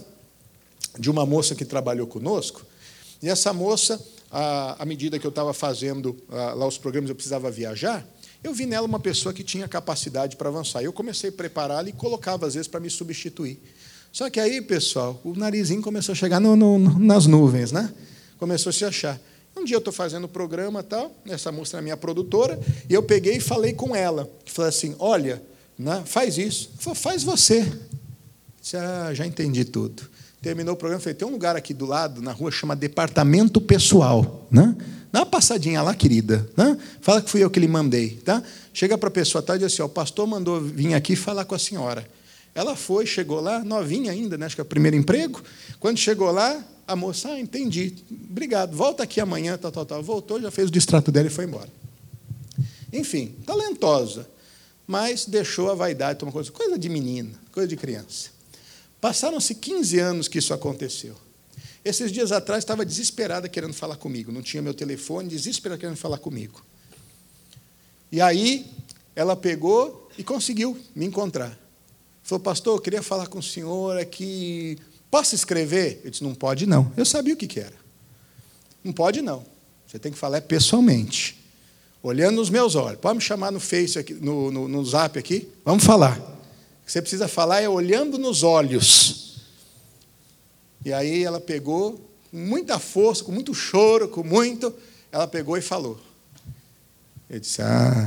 [SPEAKER 1] de uma moça que trabalhou conosco, e essa moça, à medida que eu estava fazendo lá os programas, eu precisava viajar, eu vi nela uma pessoa que tinha capacidade para avançar. Eu comecei a prepará-la e colocava, às vezes, para me substituir. Só que aí, pessoal, o narizinho começou a chegar nas nuvens, né? Começou a se achar. Um dia eu estou fazendo o programa, tal, essa moça é a minha produtora, e eu peguei e falei com ela. Falei assim: olha, né, faz isso. Ela falou: faz você. Eu disse: já entendi tudo. Terminou o programa, falei: tem um lugar aqui do lado, na rua, chama Departamento Pessoal. Né? Dá uma passadinha lá, querida. Né? Fala que fui eu que lhe mandei. Tá? Chega para a pessoa e diz assim: o pastor mandou vir aqui falar com a senhora. Ela foi, chegou lá, novinha ainda, né? Acho que é o primeiro emprego. Quando chegou lá, a moça: entendi, obrigado, volta aqui amanhã, tal. Voltou, já fez o distrato dela e foi embora. Enfim, talentosa, mas deixou a vaidade, uma coisa de menina, coisa de criança. Passaram-se 15 anos que isso aconteceu. Esses dias atrás estava desesperada querendo falar comigo. Não tinha meu telefone, desesperada querendo falar comigo. E aí, ela pegou e conseguiu me encontrar. Falou, pastor, eu queria falar com o senhor aqui. Posso escrever? Eu disse, não pode não. Eu sabia o que era. Não pode não. Você tem que falar pessoalmente. Olhando nos meus olhos. Pode me chamar no Face, aqui, no Zap aqui? Vamos falar. O que você precisa falar é olhando nos olhos. E aí ela pegou, com muita força, com muito choro, ela pegou e falou. Eu disse,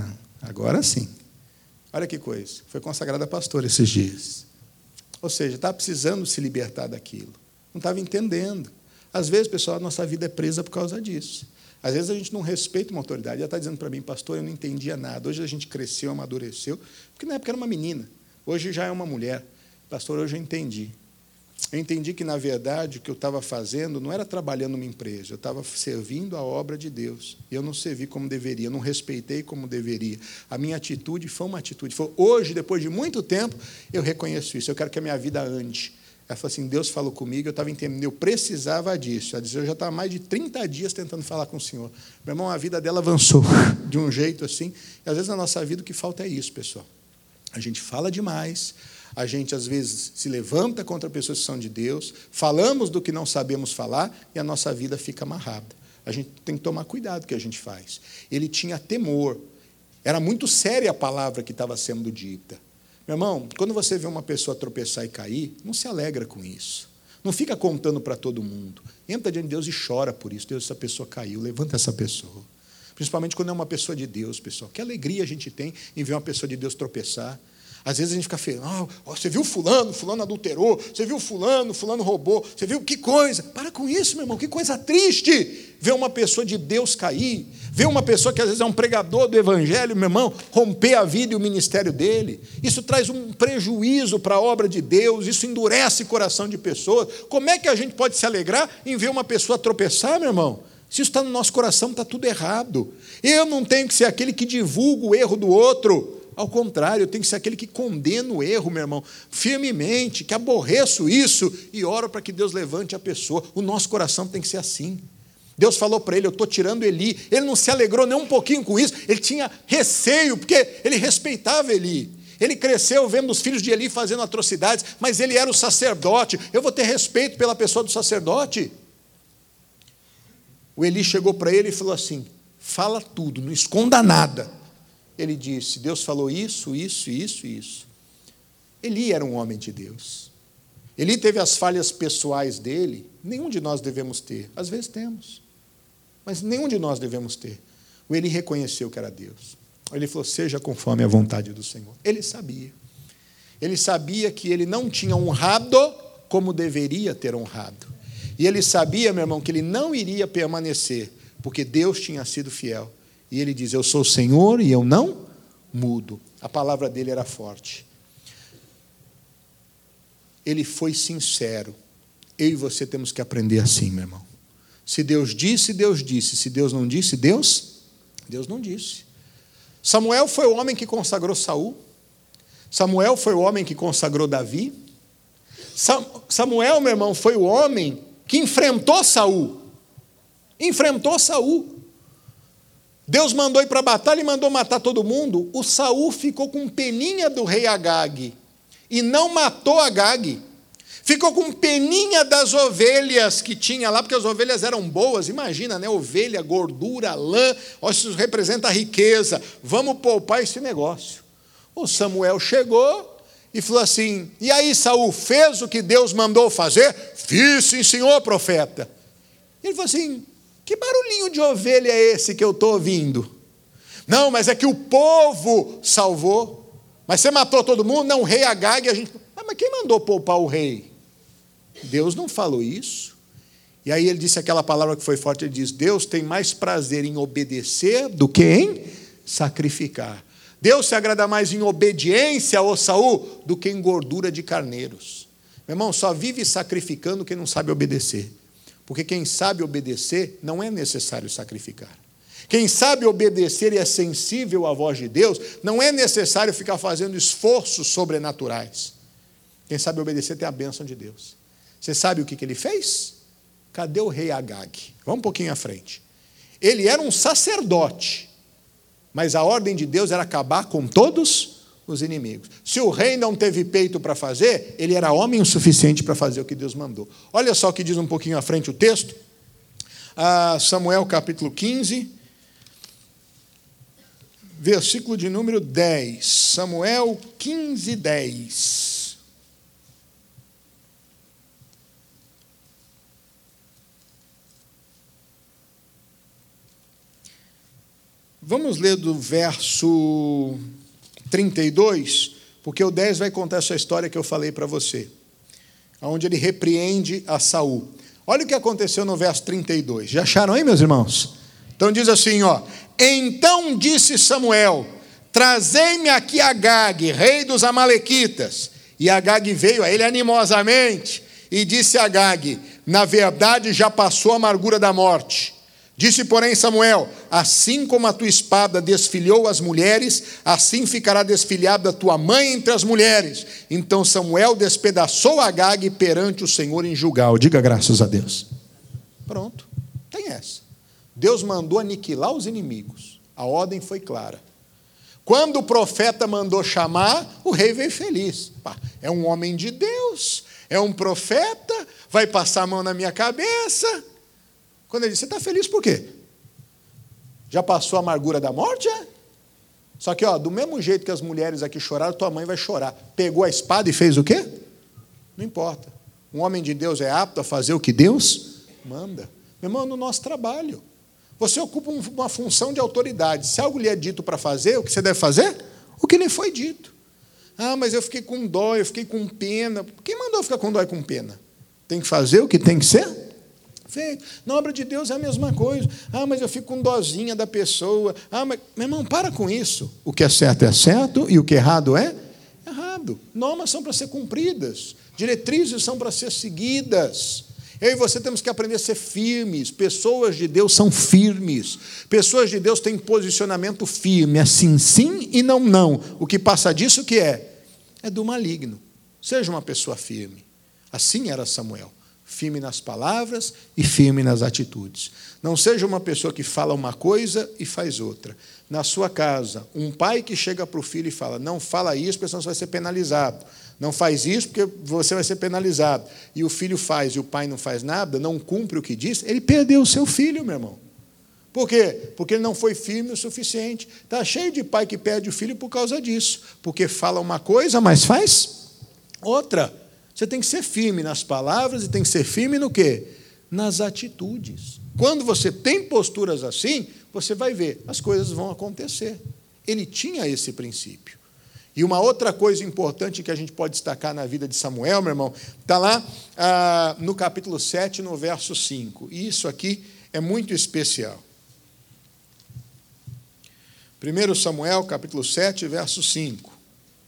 [SPEAKER 1] agora sim. Olha que coisa. Foi consagrada pastora esses dias. Ou seja, estava precisando se libertar daquilo. Não estava entendendo. Às vezes, pessoal, a nossa vida é presa por causa disso. Às vezes a gente não respeita uma autoridade. Ela está dizendo para mim, pastor, eu não entendia nada. Hoje a gente cresceu, amadureceu, porque na época era uma menina. Hoje já é uma mulher. Pastor, hoje eu entendi. Eu entendi que, na verdade, o que eu estava fazendo não era trabalhando numa empresa, eu estava servindo a obra de Deus. E eu não servi como deveria, eu não respeitei como deveria. A minha atitude foi uma atitude. Hoje, depois de muito tempo, eu reconheço isso. Eu quero que a minha vida ande. Ela falou assim, Deus falou comigo, eu estava entendendo, eu precisava disso. Ela disse, eu já estava mais de 30 dias tentando falar com o Senhor. Meu irmão, a vida dela avançou de um jeito assim. E, às vezes, na nossa vida, o que falta é isso, pessoal. A gente fala demais, a gente, às vezes, se levanta contra pessoas que são de Deus, falamos do que não sabemos falar e a nossa vida fica amarrada. A gente tem que tomar cuidado com o que a gente faz. Ele tinha temor. Era muito séria a palavra que estava sendo dita. Meu irmão, quando você vê uma pessoa tropeçar e cair, não se alegra com isso. Não fica contando para todo mundo. Entra diante de Deus e chora por isso. Deus, essa pessoa caiu, levanta essa pessoa. Principalmente quando é uma pessoa de Deus, pessoal. Que alegria a gente tem em ver uma pessoa de Deus tropeçar. Às vezes a gente fica feliz. Você viu fulano adulterou. Você viu fulano roubou. Você viu que coisa. Para com isso, meu irmão. Que coisa triste ver uma pessoa de Deus cair. Ver uma pessoa que às vezes é um pregador do evangelho, meu irmão, romper a vida e o ministério dele. Isso traz um prejuízo para a obra de Deus. Isso endurece o coração de pessoas. Como é que a gente pode se alegrar em ver uma pessoa tropeçar, meu irmão? Se isso está no nosso coração, está tudo errado. Eu não tenho que ser aquele que divulga o erro do outro. Ao contrário, eu tenho que ser aquele que condena o erro, meu irmão, firmemente, que aborreço isso e oro para que Deus levante a pessoa. O nosso coração tem que ser assim. Deus falou para ele, eu estou tirando Eli. Ele não se alegrou nem um pouquinho com isso. Ele tinha receio, porque ele respeitava Eli. Ele cresceu vendo os filhos de Eli fazendo atrocidades, mas ele era o sacerdote. Eu vou ter respeito pela pessoa do sacerdote. O Eli chegou para ele e falou assim, fala tudo, não esconda nada. Ele disse, Deus falou isso. Eli era um homem de Deus. Eli teve as falhas pessoais dele, nenhum de nós devemos ter. Às vezes temos, mas nenhum de nós devemos ter. O Eli reconheceu que era Deus. Ele falou, seja conforme a vontade do Senhor. Ele sabia. Ele sabia que ele não tinha honrado como deveria ter honrado. E ele sabia, meu irmão, que ele não iria permanecer, porque Deus tinha sido fiel. E ele diz, eu sou o Senhor e eu não mudo. A palavra dele era forte. Ele foi sincero. Eu e você temos que aprender assim, meu irmão. Se Deus disse, Deus disse. Se Deus não disse, Deus não disse. Samuel foi o homem que consagrou Saul. Samuel foi o homem que consagrou Davi. Samuel, meu irmão, foi o homem que enfrentou Saul. Enfrentou Saul. Deus mandou ir para a batalha e mandou matar todo mundo. O Saul ficou com peninha do rei Agag e não matou Agag. Ficou com peninha das ovelhas que tinha lá, porque as ovelhas eram boas. Imagina, né? Ovelha, gordura, lã. Isso representa a riqueza. Vamos poupar esse negócio. O Samuel chegou e falou assim, e aí, Saul, fez o que Deus mandou fazer? Fiz, sim, senhor profeta. Ele falou assim, que barulhinho de ovelha é esse que eu estou ouvindo? Não, mas é que o povo salvou. Mas você matou todo mundo? Não, o rei Agag, a gente... mas quem mandou poupar o rei? Deus não falou isso. E aí ele disse aquela palavra que foi forte, ele diz, Deus tem mais prazer em obedecer do que em sacrificar. Deus se agrada mais em obediência, ô Saul, do que em gordura de carneiros. Meu irmão, só vive sacrificando quem não sabe obedecer. Porque quem sabe obedecer, não é necessário sacrificar. Quem sabe obedecer e é sensível à voz de Deus, não é necessário ficar fazendo esforços sobrenaturais. Quem sabe obedecer tem a bênção de Deus. Você sabe o que ele fez? cadê o rei Agag? Vamos um pouquinho à frente. Ele era um sacerdote, mas a ordem de Deus era acabar com todos os inimigos. Se o rei não teve peito para fazer, ele era homem o suficiente para fazer o que Deus mandou. Olha só o que diz um pouquinho à frente o texto. Samuel capítulo 15, versículo de número 10. Samuel 15, 10. Vamos ler do verso 32, porque o 10 vai contar essa história que eu falei para você, onde ele repreende a Saul. Olha o que aconteceu no verso 32. Já acharam aí, meus irmãos? Então diz assim, então disse Samuel, trazei-me aqui Agag, rei dos amalequitas. E Agag veio a ele animosamente e disse a Agag, na verdade já passou a amargura da morte. Disse, porém, Samuel, assim como a tua espada desfilhou as mulheres, assim ficará desfilhada a tua mãe entre as mulheres. Então Samuel despedaçou Agag perante o Senhor em Gilgal. Diga graças a Deus. Pronto, tem essa. Deus mandou aniquilar os inimigos. A ordem foi clara. Quando o profeta mandou chamar, o rei veio feliz. É um homem de Deus, é um profeta, vai passar a mão na minha cabeça. Quando ele disse, você está feliz por quê? Já passou a amargura da morte, é? Só que, do mesmo jeito que as mulheres aqui choraram, tua mãe vai chorar. Pegou a espada e fez o quê? Não importa. Um homem de Deus é apto a fazer o que Deus manda. Meu irmão, no nosso trabalho. Você ocupa uma função de autoridade. Se algo lhe é dito para fazer, o que você deve fazer? O que lhe foi dito. Mas eu fiquei com dó, eu fiquei com pena. Quem mandou ficar com dó e com pena? Tem que fazer o que tem que ser feito. Na obra de Deus é a mesma coisa. Mas eu fico com dozinha da pessoa. Mas, meu irmão, para com isso. O que é certo e o que é errado é errado. Normas são para ser cumpridas. Diretrizes são para ser seguidas. Eu e você temos que aprender a ser firmes. Pessoas de Deus são firmes. Pessoas de Deus têm posicionamento firme. Assim, sim e não, não. O que passa disso, o que é? É do maligno. Seja uma pessoa firme. Assim era Samuel. Firme nas palavras e firme nas atitudes. Não seja uma pessoa que fala uma coisa e faz outra. Na sua casa, um pai que chega para o filho e fala, não fala isso, porque senão você vai ser penalizado. Não faz isso, porque você vai ser penalizado. E o filho faz e o pai não faz nada, não cumpre o que diz, ele perdeu o seu filho, meu irmão. Por quê? Porque ele não foi firme o suficiente. Está cheio de pai que perde o filho por causa disso. Porque fala uma coisa, mas faz outra. Você tem que ser firme nas palavras e tem que ser firme no quê? Nas atitudes. Quando você tem posturas assim, você vai ver, as coisas vão acontecer. Ele tinha esse princípio. E uma outra coisa importante que a gente pode destacar na vida de Samuel, meu irmão, está lá no capítulo 7, no verso 5. E isso aqui é muito especial. 1 Samuel, capítulo 7, verso 5.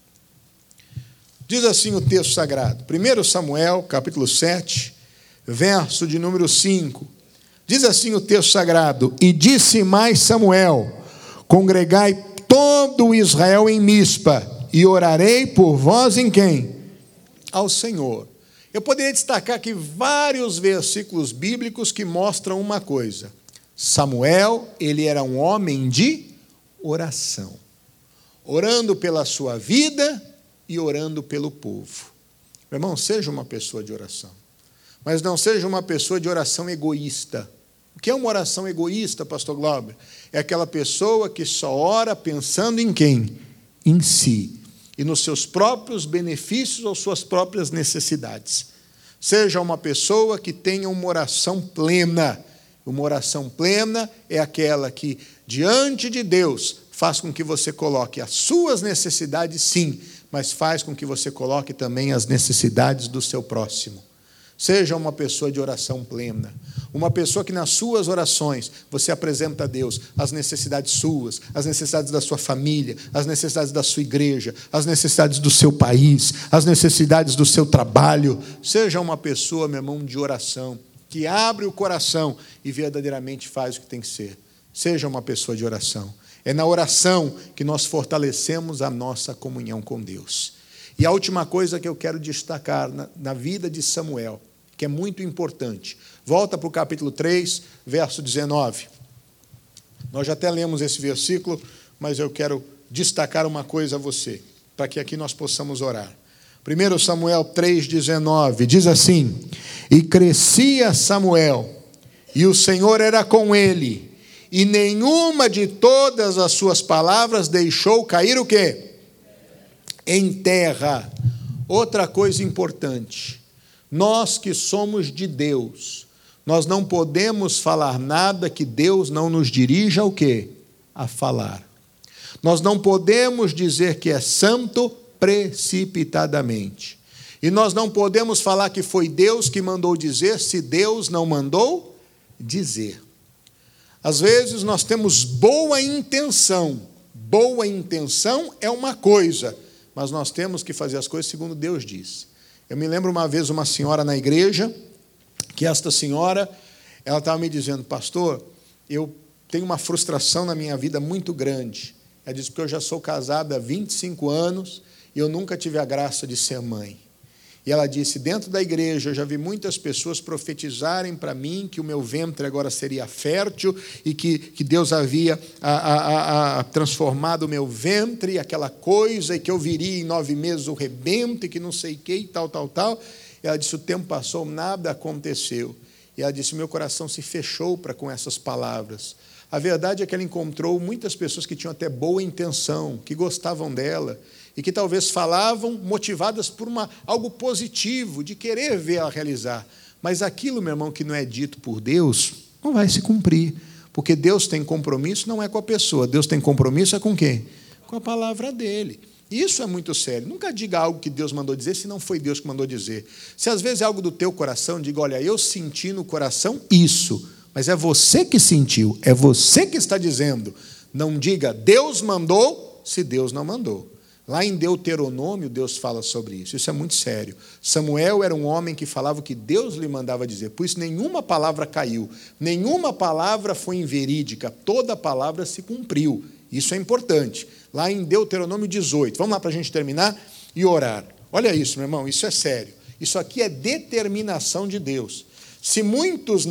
[SPEAKER 1] Diz assim o texto sagrado, 1 Samuel, capítulo 7, verso de número 5. Diz assim o texto sagrado, e disse mais Samuel, congregai todo o Israel em Mispa, e orarei por vós em quem? Ao Senhor. Eu poderia destacar aqui vários versículos bíblicos que mostram uma coisa. Samuel, ele era um homem de oração. Orando pela sua vida e orando pelo povo. Meu irmão, seja uma pessoa de oração. Mas não seja uma pessoa de oração egoísta. O que é uma oração egoísta, pastor Glauber? É aquela pessoa que só ora pensando em quem? Em si. E nos seus próprios benefícios ou suas próprias necessidades. Seja uma pessoa que tenha uma oração plena. Uma oração plena é aquela que, diante de Deus, faz com que você coloque as suas necessidades, sim, mas faz com que você coloque também as necessidades do seu próximo. Seja uma pessoa de oração plena. Uma pessoa que nas suas orações você apresenta a Deus as necessidades suas, as necessidades da sua família, as necessidades da sua igreja, as necessidades do seu país, as necessidades do seu trabalho. Seja uma pessoa, meu irmão, de oração, que abre o coração e verdadeiramente faz o que tem que ser. Seja uma pessoa de oração. É na oração que nós fortalecemos a nossa comunhão com Deus. E a última coisa que eu quero destacar na vida de Samuel que é muito importante. Volta para o capítulo 3, verso 19. Nós já até lemos esse versículo, mas eu quero destacar uma coisa a você, para que aqui nós possamos orar. 1 Samuel 3,19, diz assim: E crescia Samuel, e o Senhor era com ele, e nenhuma de todas as suas palavras deixou cair o quê? Em terra. Outra coisa importante, nós que somos de Deus, nós não podemos falar nada que Deus não nos dirija o quê? A falar. Nós não podemos dizer que é santo precipitadamente. E nós não podemos falar que foi Deus que mandou dizer, se Deus não mandou dizer. Às vezes nós temos boa intenção. Boa intenção é uma coisa, mas nós temos que fazer as coisas segundo Deus diz. Eu me lembro uma vez uma senhora na igreja, que esta senhora, ela estava me dizendo: pastor, eu tenho uma frustração na minha vida muito grande. Ela disse: porque eu já sou casada há 25 anos e eu nunca tive a graça de ser mãe. E ela disse: dentro da igreja eu já vi muitas pessoas profetizarem para mim que o meu ventre agora seria fértil e que Deus havia transformado o meu ventre, aquela coisa, e que eu viria em 9 meses o rebento, e que não sei o que, e tal. E ela disse: o tempo passou, nada aconteceu. E ela disse: meu coração se fechou com essas palavras. A verdade é que ela encontrou muitas pessoas que tinham até boa intenção, que gostavam dela, e que talvez falavam motivadas por algo positivo, de querer ver ela realizar. Mas aquilo, meu irmão, que não é dito por Deus, não vai se cumprir. Porque Deus tem compromisso, não é com a pessoa. Deus tem compromisso é com quem? Com a palavra dele. Isso é muito sério. Nunca diga algo que Deus mandou dizer, se não foi Deus que mandou dizer. Se às vezes é algo do teu coração, diga: olha, eu senti no coração isso. Mas é você que sentiu, é você que está dizendo. Não diga: Deus mandou, se Deus não mandou. Lá em Deuteronômio, Deus fala sobre isso. Isso é muito sério. Samuel era um homem que falava o que Deus lhe mandava dizer. Por isso, nenhuma palavra caiu. Nenhuma palavra foi inverídica. Toda palavra se cumpriu. Isso é importante. Lá em Deuteronômio 18. Vamos lá para a gente terminar e orar. Olha isso, meu irmão. Isso é sério. Isso aqui é determinação de Deus. Se muitos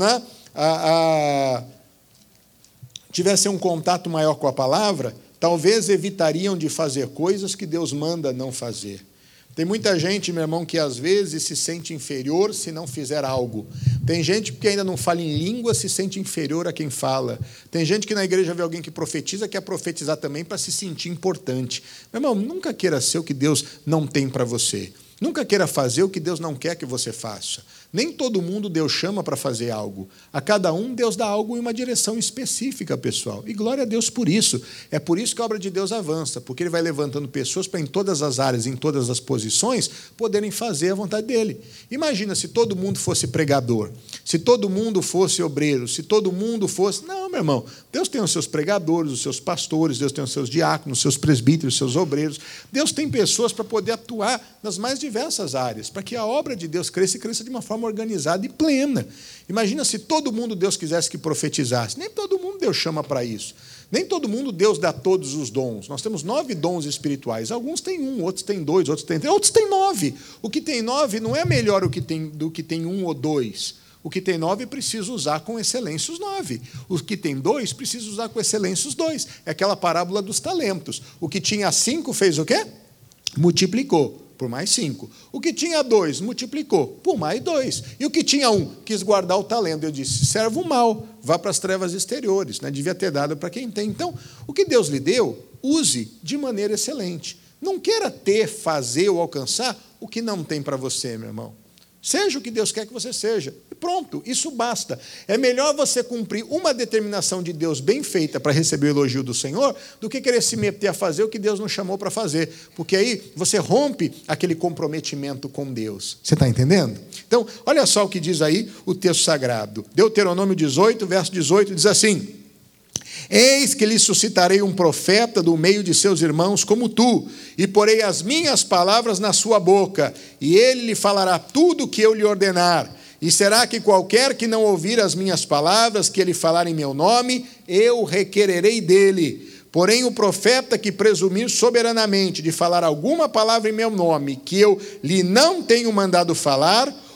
[SPEAKER 1] tivessem um contato maior com a palavra, talvez evitariam de fazer coisas que Deus manda não fazer. Tem muita gente, meu irmão, que às vezes se sente inferior se não fizer algo. Tem gente que ainda não fala em língua, se sente inferior a quem fala. Tem gente que na igreja vê alguém que profetiza, quer profetizar também para se sentir importante. Meu irmão, nunca queira ser o que Deus não tem para você. Nunca queira fazer o que Deus não quer que você faça. Nem todo mundo Deus chama para fazer algo. A cada um Deus dá algo em uma direção específica, pessoal. E glória a Deus por isso. É por isso que a obra de Deus avança, porque Ele vai levantando pessoas para, em todas as áreas, em todas as posições, poderem fazer a vontade dEle. Imagina se todo mundo fosse pregador, se todo mundo fosse obreiro, se todo mundo fosse... Não, meu irmão. Deus tem os seus pregadores, os seus pastores, Deus tem os seus diáconos, os seus presbíteros, os seus obreiros. Deus tem pessoas para poder atuar nas mais diversas áreas, para que a obra de Deus cresça e cresça de uma forma organizada e plena. Imagina se todo mundo Deus quisesse que profetizasse. Nem todo mundo Deus chama para isso. Nem todo mundo Deus dá todos os dons. Nós temos 9 dons espirituais. Alguns têm 1, outros têm 2, outros têm 3, outros têm 9. O que tem 9 não é melhor do que tem 1 ou 2. O que tem 9 precisa usar com excelência os 9. O que tem 2 precisa usar com excelência os 2. É aquela parábola dos talentos. O que tinha 5 fez o quê? Multiplicou por mais 5. O que tinha 2 multiplicou por mais 2. E o que tinha 1 quis guardar o talento. Eu disse: servo mal, vá para as trevas exteriores. Né? Devia ter dado para quem tem. Então, o que Deus lhe deu, use de maneira excelente. Não queira ter, fazer ou alcançar o que não tem para você, meu irmão. Seja o que Deus quer que você seja. E pronto, isso basta. É melhor você cumprir uma determinação de Deus bem feita para receber o elogio do Senhor do que querer se meter a fazer o que Deus não chamou para fazer. Porque aí você rompe aquele comprometimento com Deus. Você está entendendo? Então, olha só o que diz aí o texto sagrado. Deuteronômio 18, verso 18, diz assim: Eis que lhe suscitarei um profeta do meio de seus irmãos como tu, e porei as minhas palavras na sua boca, e ele lhe falará tudo o que eu lhe ordenar. E será que qualquer que não ouvir as minhas palavras, que ele falar em meu nome, eu requererei dele. Porém, o profeta que presumir soberanamente de falar alguma palavra em meu nome, que eu lhe não tenho mandado falar,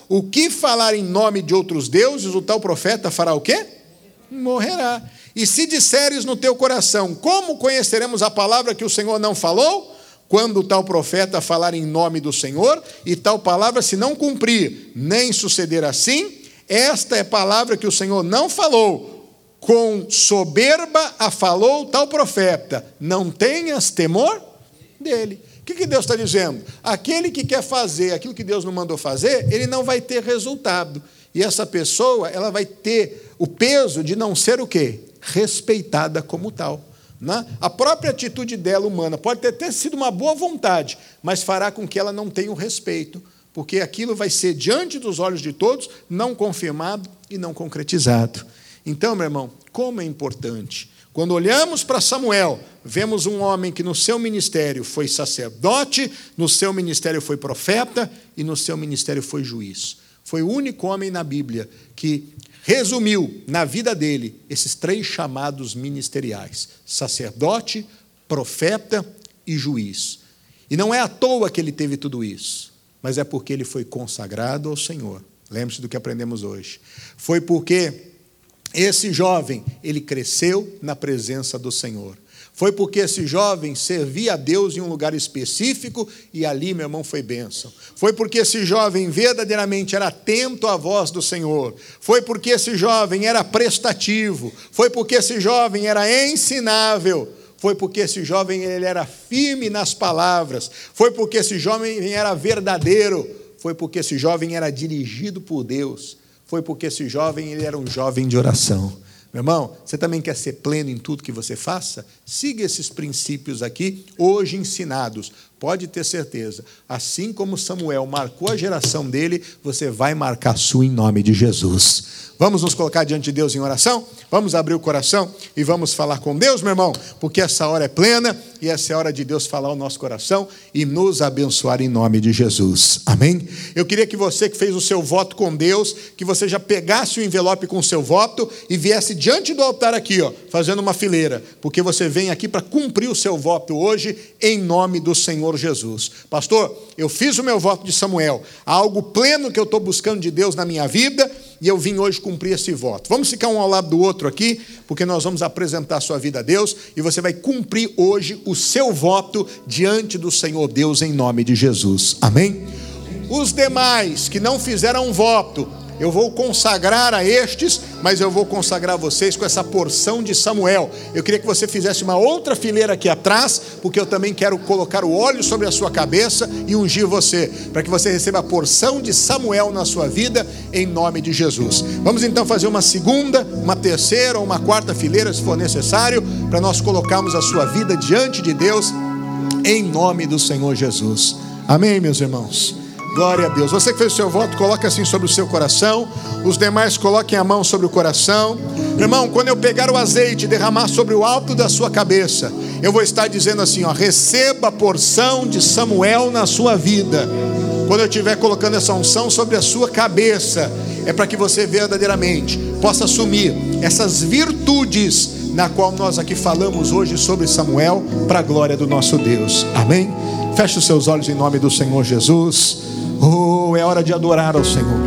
[SPEAKER 1] o que falar em nome de outros deuses, o tal profeta fará o quê? Morrerá. E se disseres no teu coração, como conheceremos a palavra que o Senhor não falou? Quando o tal profeta falar em nome do Senhor, e tal palavra se não cumprir, nem suceder assim, esta é palavra que o Senhor não falou, com soberba a falou tal profeta, não tenhas temor dele. O que Deus está dizendo? Aquele que quer fazer aquilo que Deus não mandou fazer, ele não vai ter resultado. E essa pessoa, ela vai ter o peso de não ser o quê? Respeitada como tal. Né? A própria atitude dela, humana, pode ter sido uma boa vontade, mas fará com que ela não tenha o respeito, porque aquilo vai ser, diante dos olhos de todos, não confirmado e não concretizado. Então, meu irmão, como é importante. Quando olhamos para Samuel, vemos um homem que no seu ministério foi sacerdote, no seu ministério foi profeta e no seu ministério foi juiz. Foi o único homem na Bíblia que resumiu na vida dele esses 3 chamados ministeriais: sacerdote, profeta e juiz. E não é à toa que ele teve tudo isso, mas é porque ele foi consagrado ao Senhor. Lembre-se do que aprendemos hoje. Foi porque esse jovem, ele cresceu na presença do Senhor. Foi porque esse jovem servia a Deus em um lugar específico e ali, meu irmão, foi bênção. Foi porque esse jovem verdadeiramente era atento à voz do Senhor. Foi porque esse jovem era prestativo. Foi porque esse jovem era ensinável. Foi porque esse jovem ele era firme nas palavras. Foi porque esse jovem era verdadeiro. Foi porque esse jovem era dirigido por Deus. Foi porque esse jovem ele era um jovem de oração. Meu irmão, você também quer ser pleno em tudo que você faça? Siga esses princípios aqui, hoje ensinados. Pode ter certeza, assim como Samuel marcou a geração dele, você vai marcar a sua em nome de Jesus. Vamos nos colocar diante de Deus em oração? Vamos abrir o coração e vamos falar com Deus, meu irmão, porque essa hora é plena e essa é a hora de Deus falar ao nosso coração e nos abençoar em nome de Jesus. Amém? Eu queria que você que fez o seu voto com Deus, que você já pegasse o envelope com o seu voto e viesse diante do altar aqui, ó, fazendo uma fileira, porque você vem aqui para cumprir o seu voto hoje em nome do Senhor Jesus. Pastor, eu fiz o meu voto de Samuel, há algo pleno que eu estou buscando de Deus na minha vida e eu vim hoje cumprir esse voto. Vamos ficar um ao lado do outro aqui, porque nós vamos apresentar a sua vida a Deus e você vai cumprir hoje o seu voto diante do Senhor Deus em nome de Jesus. Amém? Os demais que não fizeram voto, eu vou consagrar a estes, mas eu vou consagrar vocês com essa porção de Samuel. Eu queria que você fizesse uma outra fileira aqui atrás, porque eu também quero colocar o óleo sobre a sua cabeça e ungir você, para que você receba a porção de Samuel na sua vida, em nome de Jesus. Vamos então fazer uma segunda, uma terceira ou uma quarta fileira, se for necessário, para nós colocarmos a sua vida diante de Deus, em nome do Senhor Jesus. Amém, meus irmãos? Glória a Deus. Você que fez o seu voto, coloque assim sobre o seu coração. Os demais coloquem a mão sobre o coração. Meu irmão, quando eu pegar o azeite e derramar sobre o alto da sua cabeça, eu vou estar dizendo assim, ó, receba a porção de Samuel na sua vida. Quando eu estiver colocando essa unção sobre a sua cabeça, é para que você verdadeiramente possa assumir essas virtudes na qual nós aqui falamos hoje sobre Samuel, para a glória do nosso Deus. Amém? Feche os seus olhos em nome do Senhor Jesus. Oh, é hora de adorar ao Senhor.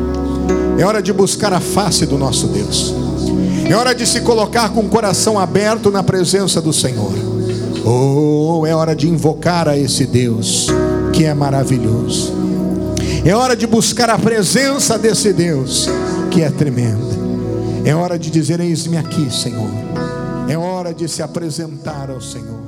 [SPEAKER 1] É hora de buscar a face do nosso Deus. É hora de se colocar com o coração aberto na presença do Senhor. Oh, é hora de invocar a esse Deus que é maravilhoso. É hora de buscar a presença desse Deus que é tremenda. É hora de dizer, eis-me aqui, Senhor. É hora de se apresentar ao Senhor.